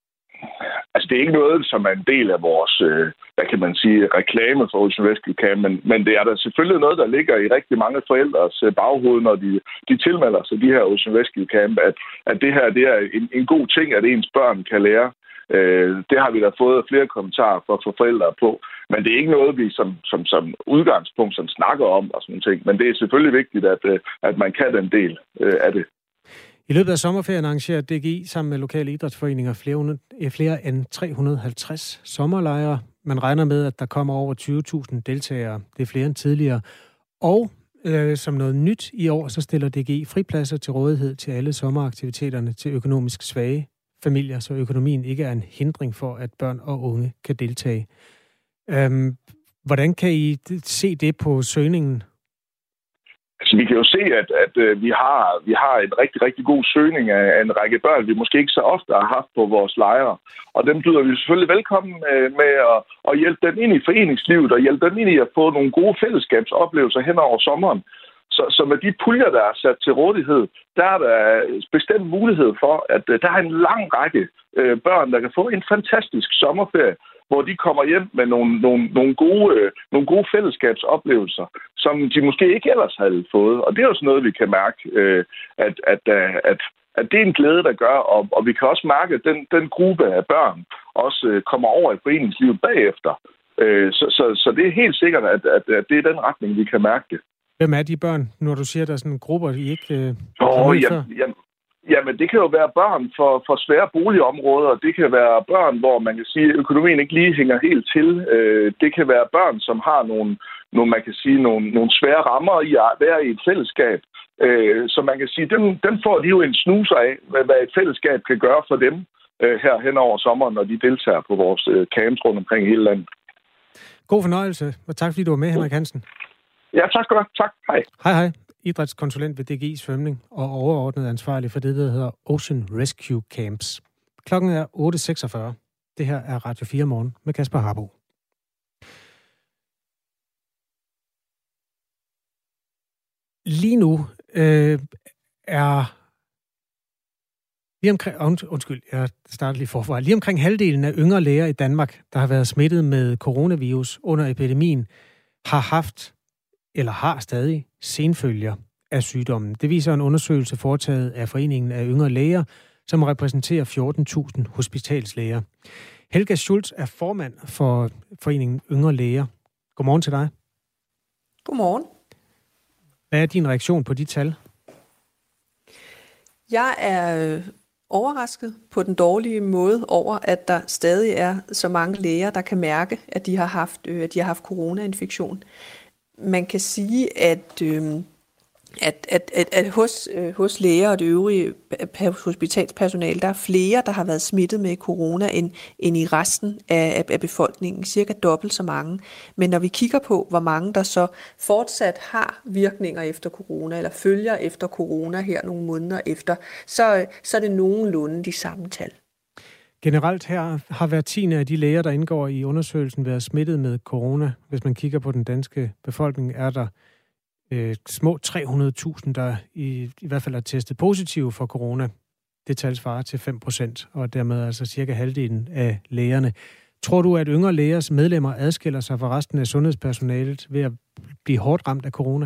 Altså, det er ikke noget, som er en del af vores, øh, hvad kan man sige, reklame for Ocean Rescue Camp, men, men det er der selvfølgelig noget, der ligger i rigtig mange forældres øh, baghoved, når de, de tilmelder sig de her Ocean Rescue Camp, at, at det her det er en, en god ting, at ens børn kan lære. Øh, det har vi da fået flere kommentarer fra for forældre på, men det er ikke noget, vi som, som, som udgangspunkt som snakker om og sådan ting, men det er selvfølgelig vigtigt, at, at man kan den del øh, af det.
I løbet af sommerferien arrangerer D G I sammen med lokale idrætsforeninger flere, flere end tre hundrede og halvtreds sommerlejre. Man regner med, at der kommer over tyve tusind deltagere. Det er flere end tidligere. Og øh, som noget nyt i år, så stiller D G I fripladser til rådighed til alle sommeraktiviteterne til økonomisk svage familier, så økonomien ikke er en hindring for, at børn og unge kan deltage. Øhm, hvordan kan I se det på søgningen?
altså, vi kan jo se, at, at vi, har, vi har en rigtig, rigtig god søgning af, af en række børn, vi måske ikke så ofte har haft på vores lejre. Og dem byder vi selvfølgelig velkommen med, med at, at hjælpe dem ind i foreningslivet og hjælpe dem ind i at få nogle gode fællesskabsoplevelser hen over sommeren. Så, så med de puljer, der er sat til rådighed, der er der bestemt mulighed for, at der er en lang række øh, børn, der kan få en fantastisk sommerferie, hvor de kommer hjem med nogle, nogle, nogle, gode, øh, nogle gode fællesskabsoplevelser, som de måske ikke ellers havde fået. Og det er jo sådan noget, vi kan mærke, øh, at, at, at, at det er en glæde, der gør, og, og vi kan også mærke, at den, den gruppe af børn også øh, kommer over i foreningslivet bagefter. Øh, så, så, så det er helt sikkert, at, at, at det er den retning, vi kan mærke det.
Hvem er de børn, når du siger, at der er sådan grupper, I ikke øh,
oh, ja, ja, jamen, det kan jo være børn for, for svære boligområder. Det kan være børn, hvor man kan sige, at økonomien ikke lige hænger helt til. Øh, det kan være børn, som har nogle, nogle man kan sige, nogle, nogle svære rammer i at være i et fællesskab. Øh, så man kan sige, dem, dem får de jo en snuser af, hvad et fællesskab kan gøre for dem øh, her hen over sommeren, når de deltager på vores øh, camps rundt omkring hele landet.
God fornøjelse, og tak fordi du var med, Henrik Hansen.
Ja, tak skal du have. Tak. Hej.
Hej, hej. Idrætskonsulent ved D G I Svømning og overordnet ansvarlig for det, der hedder Ocean Rescue Camps. Klokken er otte seksogfyrre. Det her er Radio fire Morgen med Kasper Harbo. Lige nu øh, er lige omkring, und, undskyld, jeg starter lige forfra. Lige omkring halvdelen af yngre læger i Danmark, der har været smittet med coronavirus under epidemien, har haft eller har stadig senfølger af sygdommen. Det viser en undersøgelse foretaget af Foreningen af Yngre Læger, som repræsenterer fjorten tusind hospitalslæger. Helga Schultz er formand for Foreningen Yngre Læger. Godmorgen til dig.
Godmorgen.
Hvad er din reaktion på de tal?
Jeg er overrasket på den dårlige måde over, at der stadig er så mange læger, der kan mærke, at de har haft, at de har haft coronainfektion. Man kan sige, at, øh, at, at, at, at hos, øh, hos læger og det øvrige hospitalspersonale, der er flere, der har været smittet med corona, end, end i resten af, af befolkningen. Cirka dobbelt så mange. Men når vi kigger på, hvor mange der så fortsat har virkninger efter corona, eller følger efter corona her nogle måneder efter, så, så er det nogenlunde de samme tal.
Generelt her har hver tiende af de læger, der indgår i undersøgelsen, været smittet med corona. Hvis man kigger på den danske befolkning, er der øh, små tre hundrede tusind, der i, i hvert fald er testet positive for corona. Det tal svarer til fem procent, og dermed altså cirka halvdelen af lægerne. Tror du, at yngre lægers medlemmer adskiller sig fra resten af sundhedspersonalet ved at blive hårdt ramt af corona?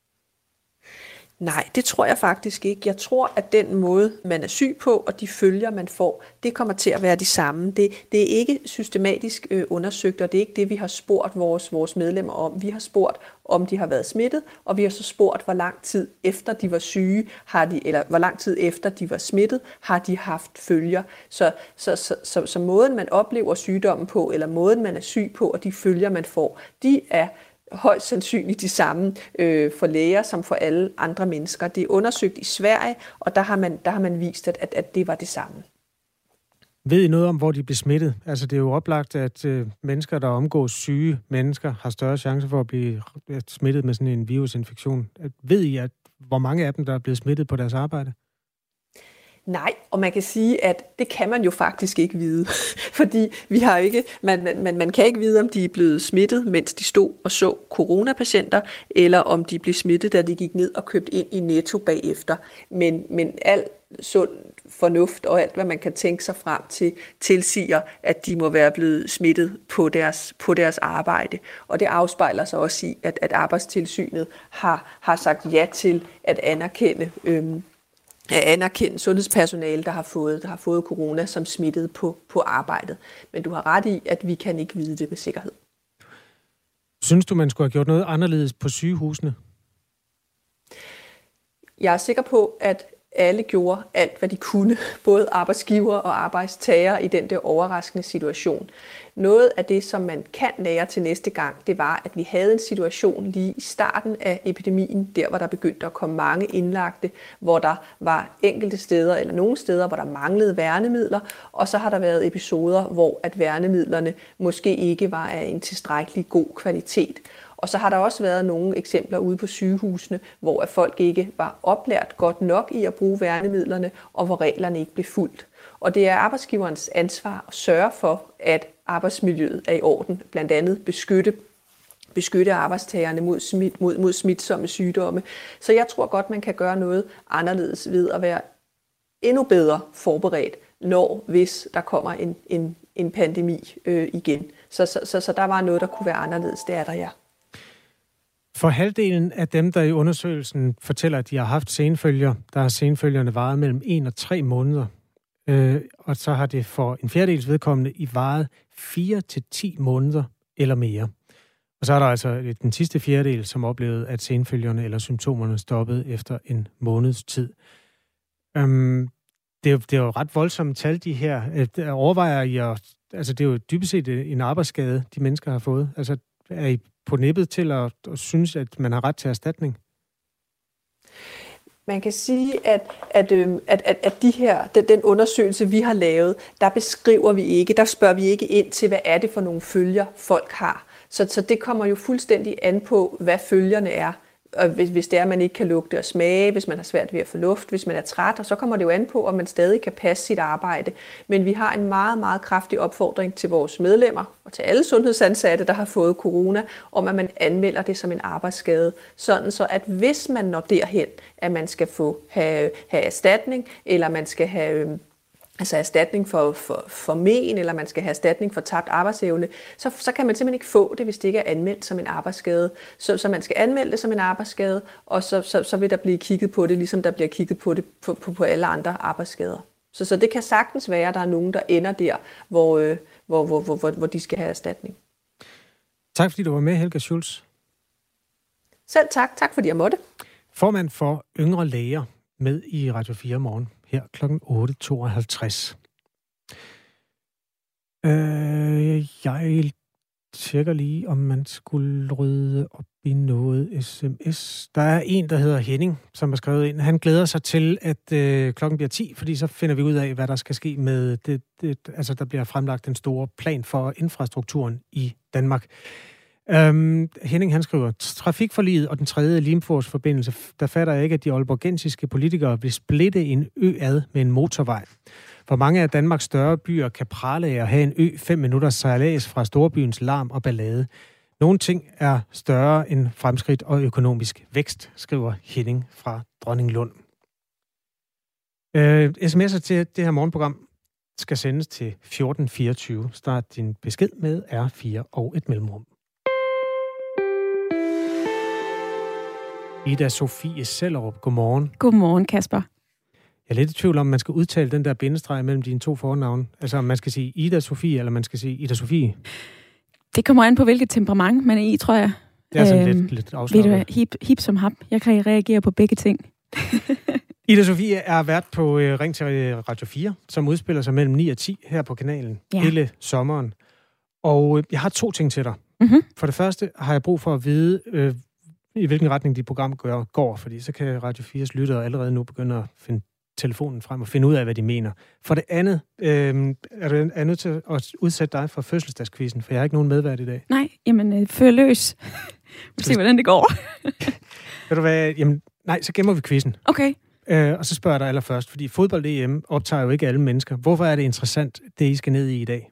Nej, det tror jeg faktisk ikke. Jeg tror, at den måde, man er syg på, og de følger, man får, det kommer til at være de samme. Det, det er ikke systematisk øh, undersøgt, og det er ikke det, vi har spurgt vores, vores medlemmer om. Vi har spurgt, om de har været smittet, og vi har så spurgt, hvor lang tid efter de var syge, har de, eller hvor lang tid efter de var smittet, har de haft følger. Så, så, så, så, så måden, man oplever sygdommen på, eller måden, man er syg på, og de følger, man får, de er højst sandsynligt de samme øh, for læger som for alle andre mennesker. Det er undersøgt i Sverige, og der har man, der har man vist, at, at, at det var det samme.
Ved I noget om, hvor de blev smittet? Altså, det er jo oplagt, at øh, mennesker, der omgås syge mennesker, har større chance for at blive smittet med sådan en virusinfektion. Ved I, at, hvor mange af dem, der er blevet smittet på deres arbejde?
Nej, og man kan sige, at det kan man jo faktisk ikke vide, fordi vi har ikke, man, man, man kan ikke vide, om de er blevet smittet, mens de stod og så coronapatienter, eller om de blev smittet, da de gik ned og købte ind i Netto bagefter. Men, men al sund fornuft og alt, hvad man kan tænke sig frem til, tilsiger, at de må være blevet smittet på deres, på deres arbejde. Og det afspejler sig også i, at, at Arbejdstilsynet har, har sagt ja til at anerkende øhm, at anerkende sundhedspersonale, der har fået, der har fået corona som smittet på, på arbejdet. Men du har ret i, at vi kan ikke vide det med sikkerhed.
Synes du, man skulle have gjort noget anderledes på sygehusene?
Jeg er sikker på, at alle gjorde alt, hvad de kunne, både arbejdsgiver og arbejdstager i den der overraskende situation. Noget af det, som man kan lære til næste gang, det var, at vi havde en situation lige i starten af epidemien, der hvor der begyndte at komme mange indlagte, hvor der var enkelte steder eller nogle steder, hvor der manglede værnemidler, og så har der været episoder, hvor at værnemidlerne måske ikke var af en tilstrækkelig god kvalitet. Og så har der også været nogle eksempler ude på sygehusene, hvor at folk ikke var oplært godt nok i at bruge værnemidlerne, og hvor reglerne ikke blev fulgt. Og det er arbejdsgiverens ansvar at sørge for, at arbejdsmiljøet er i orden, blandt andet beskytte beskytte arbejdstagerne mod, smit, mod, mod smitsomme sygdomme. Så jeg tror godt, man kan gøre noget anderledes ved at være endnu bedre forberedt, når hvis der kommer en, en, en pandemi øh, igen. Så, så, så, så der var noget, der kunne være anderledes. Det er der, ja.
For halvdelen af dem, der i undersøgelsen fortæller, at de har haft senfølger, der har senfølgerne varet mellem en og tre måneder. Øh, og så har det for en fjerdedels vedkommende i varet fire til ti måneder eller mere. Og så er der altså den sidste fjerdedel, som oplevede, at senfølgerne eller symptomerne stoppede efter en måneds tid. Øhm, det, er jo, det er jo ret voldsomme tal, de her. Øh, overvejer I at, altså det er jo dybest set en arbejdsskade, de mennesker har fået. Altså er I på nippet til at, at synes, at man har ret til erstatning?
Man kan sige, at, at, at, at, at de her, den, den undersøgelse, vi har lavet, der beskriver vi ikke, der spørger vi ikke ind til, hvad er det for nogle følger, folk har. Så, så det kommer jo fuldstændig an på, hvad følgerne er. Og hvis, hvis det er, at man ikke kan lugte og smage, hvis man har svært ved at få luft, hvis man er træt, og så kommer det jo an på, om man stadig kan passe sit arbejde. Men vi har en meget, meget kraftig opfordring til vores medlemmer og til alle sundhedsansatte, der har fået corona, om at man anmelder det som en arbejdsskade. Sådan så, at hvis man når derhen, at man skal få have, have erstatning, eller man skal have altså erstatning for, for, for men, eller man skal have erstatning for tabt arbejdsevne, så, så kan man simpelthen ikke få det, hvis det ikke er anmeldt som en arbejdsskade. Så, så man skal anmelde det som en arbejdsskade, og så, så, så vil der blive kigget på det, ligesom der bliver kigget på det på, på, på alle andre arbejdsskader. Så, så det kan sagtens være, at der er nogen, der ender der, hvor, øh, hvor, hvor, hvor, hvor de skal have erstatning.
Tak fordi du var med, Helga Schultz.
Selv tak. Tak fordi jeg måtte.
Formand for Yngre Læger med i Radio fire morgen. Her klokken otte tooghalvtreds. Øh, jeg tjekker lige, om man skulle rydde op i noget sms. Der er en, der hedder Henning, som har skrevet ind. Han glæder sig til, at øh, klokken bliver ti, fordi så finder vi ud af, hvad der skal ske med det. det altså, der bliver fremlagt en stor plan for infrastrukturen i Danmark. Øhm, Henning, han skriver, trafikforliget og den tredje Limfjordsforbindelse, der fatter jeg ikke, at de aalborgensiske politikere vil splitte en ø ad med en motorvej. For mange af Danmarks større byer kan prale af at have en ø fem minutters sejlads fra storbyens larm og ballade. Nogle ting er større end fremskridt og økonomisk vækst, skriver Henning fra Dronninglund. Øh, sms'er til det her morgenprogram skal sendes til fjorten fireogtyve. Start din besked med R fire og et mellemrum. Ida Sofie Sellerup, godmorgen.
Godmorgen, Kasper.
Jeg er lidt i tvivl om, man skal udtale den der bindestreg mellem dine to fornavne. Altså om man skal sige Ida Sofie, eller man skal sige Ida Sofie.
Det kommer an på, hvilket temperament man er i, tror jeg.
Det er sådan øhm, lidt, lidt afslappet.
Ved du hip, hip som hap. Jeg kan reagere på begge ting.
Ida Sofie er vært på uh, Ring til Radio fire, som udspiller sig mellem ni og ti her på kanalen ja. hele sommeren. Og uh, jeg har to ting til dig. Mm-hmm. For det første har jeg brug for at vide, uh, i hvilken retning de program gør, går, fordi så kan Radio fires lyttere allerede nu begynde at finde telefonen frem og finde ud af, hvad de mener. For det andet, øh, er du er nødt til at udsætte dig for fødselsdagskvisten, for jeg har ikke nogen medvært i dag.
Nej, jamen, øh, før løs. Vi se, hvordan det går.
Ved du hvad, jamen, nej, så gemmer vi quizzen.
Okay.
Øh, og så spørger jeg dig allerførst, fordi fodbold-E M optager jo ikke alle mennesker. Hvorfor er det interessant, det I skal ned i i dag?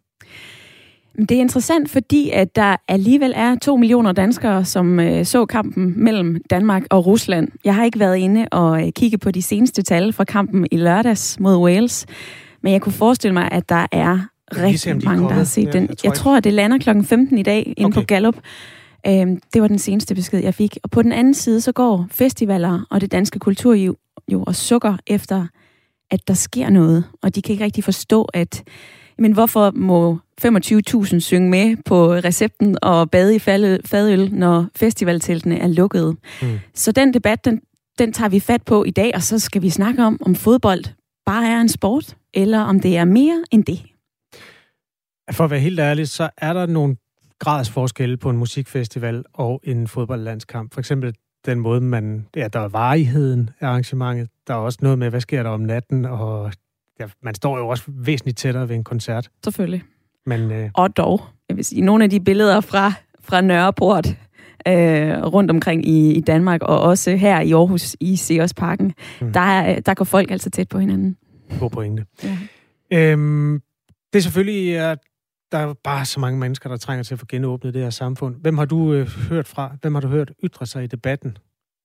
Det er interessant, fordi at der alligevel er to millioner danskere, som øh, så kampen mellem Danmark og Rusland. Jeg har ikke været inde og øh, kigge på de seneste tal fra kampen i lørdags mod Wales, men jeg kunne forestille mig, at der er rigtig mange, der har set ja, den. Jeg tror, jeg tror at det lander klokken femten i dag inde okay. på Gallup. Øhm, det var den seneste besked, jeg fik. Og på den anden side, så går festivaler og det danske kulturliv jo og sukker efter, at der sker noget. Og de kan ikke rigtig forstå, at men hvorfor må femogtyve tusind synge med på recepten og bade i fadøl, når festivalteltene er lukkede? Mm. Så den debat, den, den tager vi fat på i dag, og så skal vi snakke om, om fodbold bare er en sport, eller om det er mere end det.
For at være helt ærlig, så er der nogle gradsforskelle på en musikfestival og en fodboldlandskamp. For eksempel den måde, man... Ja, der er varigheden af arrangementet. Der er også noget med, hvad sker der om natten, og ja, man står jo også væsentligt tættere ved en koncert.
Selvfølgelig.
Men, øh...
Og dog, jeg vil sige, nogle af de billeder fra, fra Nørreport, øh, rundt omkring i, i Danmark, og også her i Aarhus i Seos-parken. Mm. Der, er, der går folk altså tæt på hinanden.
God pointe.
Ja.
Øhm, det er selvfølgelig, at der er bare så mange mennesker, der trænger til at få genåbnet det her samfund. Hvem har du øh, hørt fra? Hvem har du hørt ytre sig i debatten?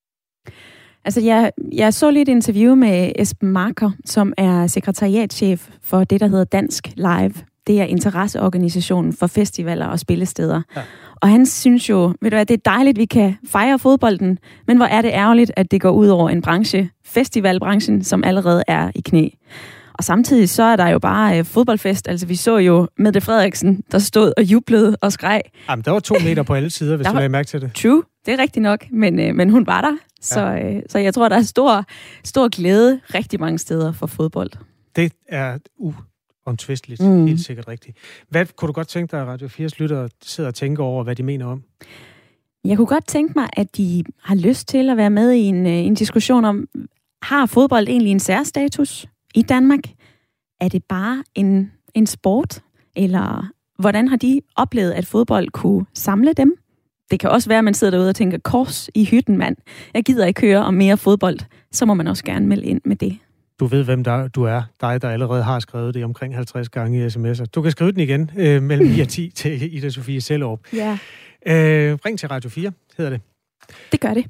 Altså, jeg, jeg så lige et interview med Esben Marker, som er sekretariatschef for det, der hedder Dansk Live. Det er interesseorganisationen for festivaler og spillesteder. Ja. Og han synes jo, ved du hvad, det er dejligt, vi kan fejre fodbolden, men hvor er det ærgerligt, at det går ud over en branche, festivalbranchen, som allerede er i knæ. Og samtidig så er der jo bare øh, fodboldfest. Altså, vi så jo Mette Frederiksen, der stod og jublede og skreg.
Jamen, der var to meter på alle sider, hvis du lagde mærke til det.
True, det er rigtigt nok, men, øh, men hun var der. Så, ja. øh, så jeg tror, der er stor, stor glæde rigtig mange steder for fodbold.
Det er uomtvisteligt, mm. helt sikkert rigtigt. Hvad kunne du godt tænke dig, at Radio firs lyttere sidder og tænker over, hvad de mener om?
Jeg kunne godt tænke mig, at de har lyst til at være med i en, en diskussion om, har fodbold egentlig en særstatus i Danmark? Er det bare en, en sport? Eller hvordan har de oplevet, at fodbold kunne samle dem? Det kan også være, at man sidder derude og tænker, kors i hytten, mand. Jeg gider ikke høre om mere fodbold. Så må man også gerne melde ind med det.
Du ved, hvem der, du er. Dig, der allerede har skrevet det omkring halvtreds gange i sms'er. Du kan skrive den igen øh, mellem ni og ti til Ida Sofie Sellerup.
Ja.
Øh, ring til Radio fire, hedder det.
Det gør det.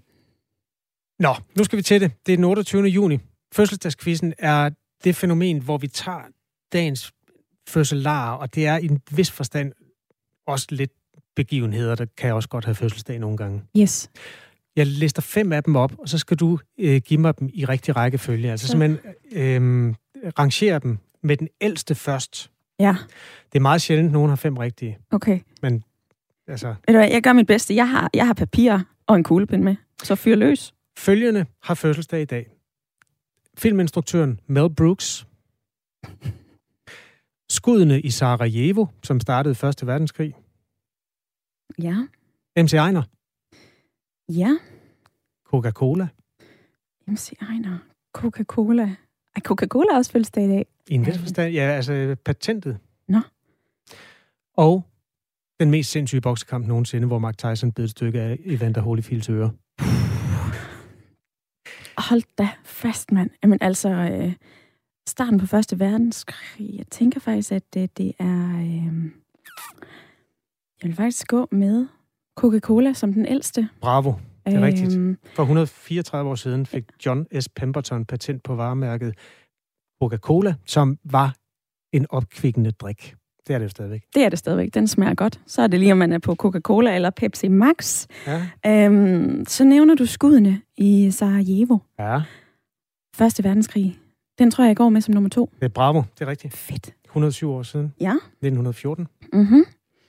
Nå, nu skal vi til det. Det er den otteogtyvende juni. Fødselsdagskvizzen er det fænomen, hvor vi tager dagens fødselarer, og det er i en vis forstand også lidt begivenheder, der kan også godt have fødselsdag nogle gange.
Yes.
Jeg lister fem af dem op, og så skal du øh, give mig dem i rigtig rækkefølge. Altså simpelthen øh, rangere dem med den ældste først.
Ja.
Det er meget sjældent, at nogen har fem rigtige.
Okay.
Men altså...
Ved du hvad, jeg gør mit bedste. Jeg har, jeg har papir og en kuglepen med, så fyr løs.
Følgende har fødselsdag i dag. Filminstruktøren Mel Brooks. Skuddene i Sarajevo, som startede første verdenskrig.
Ja.
M C Einar.
Ja.
Coca-Cola.
M C Einar. Coca-Cola. Ej, Coca-Cola er også fødselsdag i dag.
I en vis forstand, ja, altså patentet.
Nå.
Og den mest sindssyge boksekamp nogensinde, hvor Mike Tyson bed et stykke af Evander Holyfields øre.
Hold da fast, mand. Jamen altså, øh, starten på første verdenskrig. Jeg tænker faktisk, at det, det er... Øh, jeg vil faktisk gå med Coca-Cola som den ældste.
Bravo, det er øhm, rigtigt. For et hundrede og fireogtredive år siden fik John S. Pemberton patent på varemærket Coca-Cola, som var en opkvikkende drik. Det er det jo stadigvæk.
Det er det stadigvæk. Den smager godt. Så er det lige, om man er på Coca-Cola eller Pepsi Max.
Ja.
Øhm, så nævner du skuddene i Sarajevo.
Ja.
Første verdenskrig. Den tror jeg, jeg går med som nummer to.
Det er bravo, det er rigtigt.
Fedt.
et hundrede og syv år siden.
Ja.
nitten fjorten.
Mhm.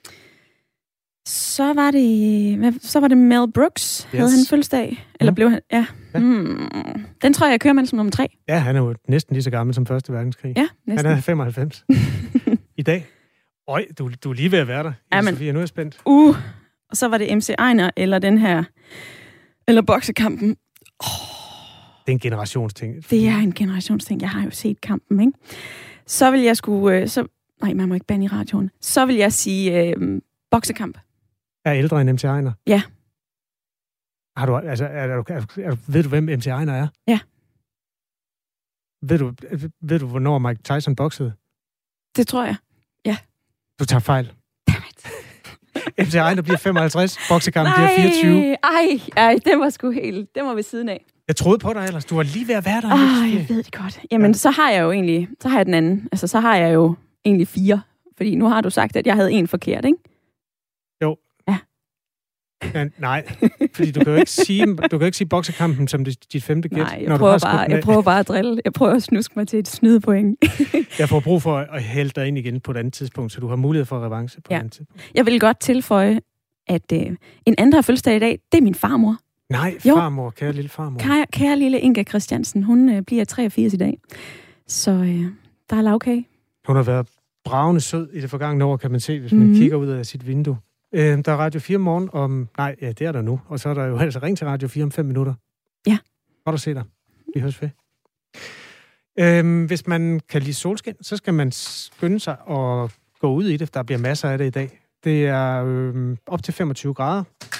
Så var det, hvad, så var det Mel Brooks, yes. Havde han fødselsdag? Eller mm. blev han? Ja. ja. Hmm. Den tror jeg, jeg kører med som nummer tre.
Ja, han er jo næsten lige så gammel som første verdenskrig.
Ja, næsten.
Han er femoghalvfems i dag. Øj, du, du er lige ved at være der.
Ja, men,
Sofie, nu er jeg spændt.
Uh, og så var det M C Einar, eller den her, eller boksekampen. Oh.
Det er en generationsting.
Det er en generationsting. Jeg har jo set kampen, ikke? Så vil jeg skulle, så, nej, man må ikke bande i radioen. Så vil jeg sige øh, boksekamp.
Er ældre end M C Einar?
Ja.
Har du, altså, er, er, er, er, ved du, hvem M C Einar er?
Ja.
Ved du, ved du, hvornår Mike Tyson boksede?
Det tror jeg, ja.
Du tager fejl. M C Einar bliver femoghalvtreds, boksekampen bliver fireogtyve.
Ej, ej, det var sgu helt, det var ved siden af.
Jeg troede på dig ellers, du var lige ved at være der.
Ej, jeg ved det godt. Jamen, ja. Så har jeg jo egentlig, så har jeg den anden. Altså, så har jeg jo egentlig fire. Fordi nu har du sagt, at jeg havde en forkert, ikke?
Jo.
Ja.
Ja, nej, fordi du kan jo ikke sige, du kan jo ikke sige boksekampen som det, dit femte gæt.
Nej, jeg, prøver bare, jeg prøver bare at drille. Jeg prøver at snuske mig til et snydepoint.
Jeg får brug for at hælde dig ind igen på et andet tidspunkt, så du har mulighed for revanche på ja. et andet tidspunkt.
Jeg vil godt tilføje, at øh, en anden har fødselsdag i dag, det er min farmor.
Nej, farmor, jo. Kære lille farmor.
Kære, kære lille Inga Christiansen, hun øh, bliver treogfirs i dag. Så øh, der er lavkage.
Hun har været bravende sød i det forgangne år, kan man se, hvis man mm. kigger ud af sit vindue. Øh, der er Radio fire morgen om... Nej, ja, det er der nu. Og så er der jo altså ring til Radio fire om fem minutter.
Ja.
Godt at se dig. Vi høres ved. Øh, hvis man kan lide solskin, så skal man skynde sig og gå ud i det. Der bliver masser af det i dag. Det er øh, op til femogtyve grader.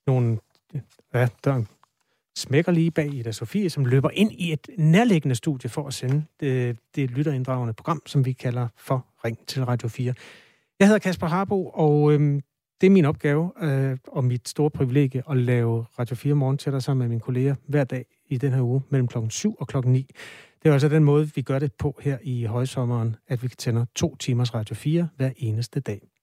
nogle, ja, døren smækker lige bag Ida Sofie, som løber ind i et nærliggende studie for at sende det, det lytterinddragende program, som vi kalder for Ring til Radio fire. Jeg hedder Kasper Harbo, og øhm, det er min opgave øh, og mit store privilegie at lave Radio fire Morgen til dig sammen med mine kolleger hver dag i den her uge mellem klokken syv og klokken ni. Det er altså den måde, vi gør det på her i højsommeren, at vi tænder to timers Radio fire hver eneste dag.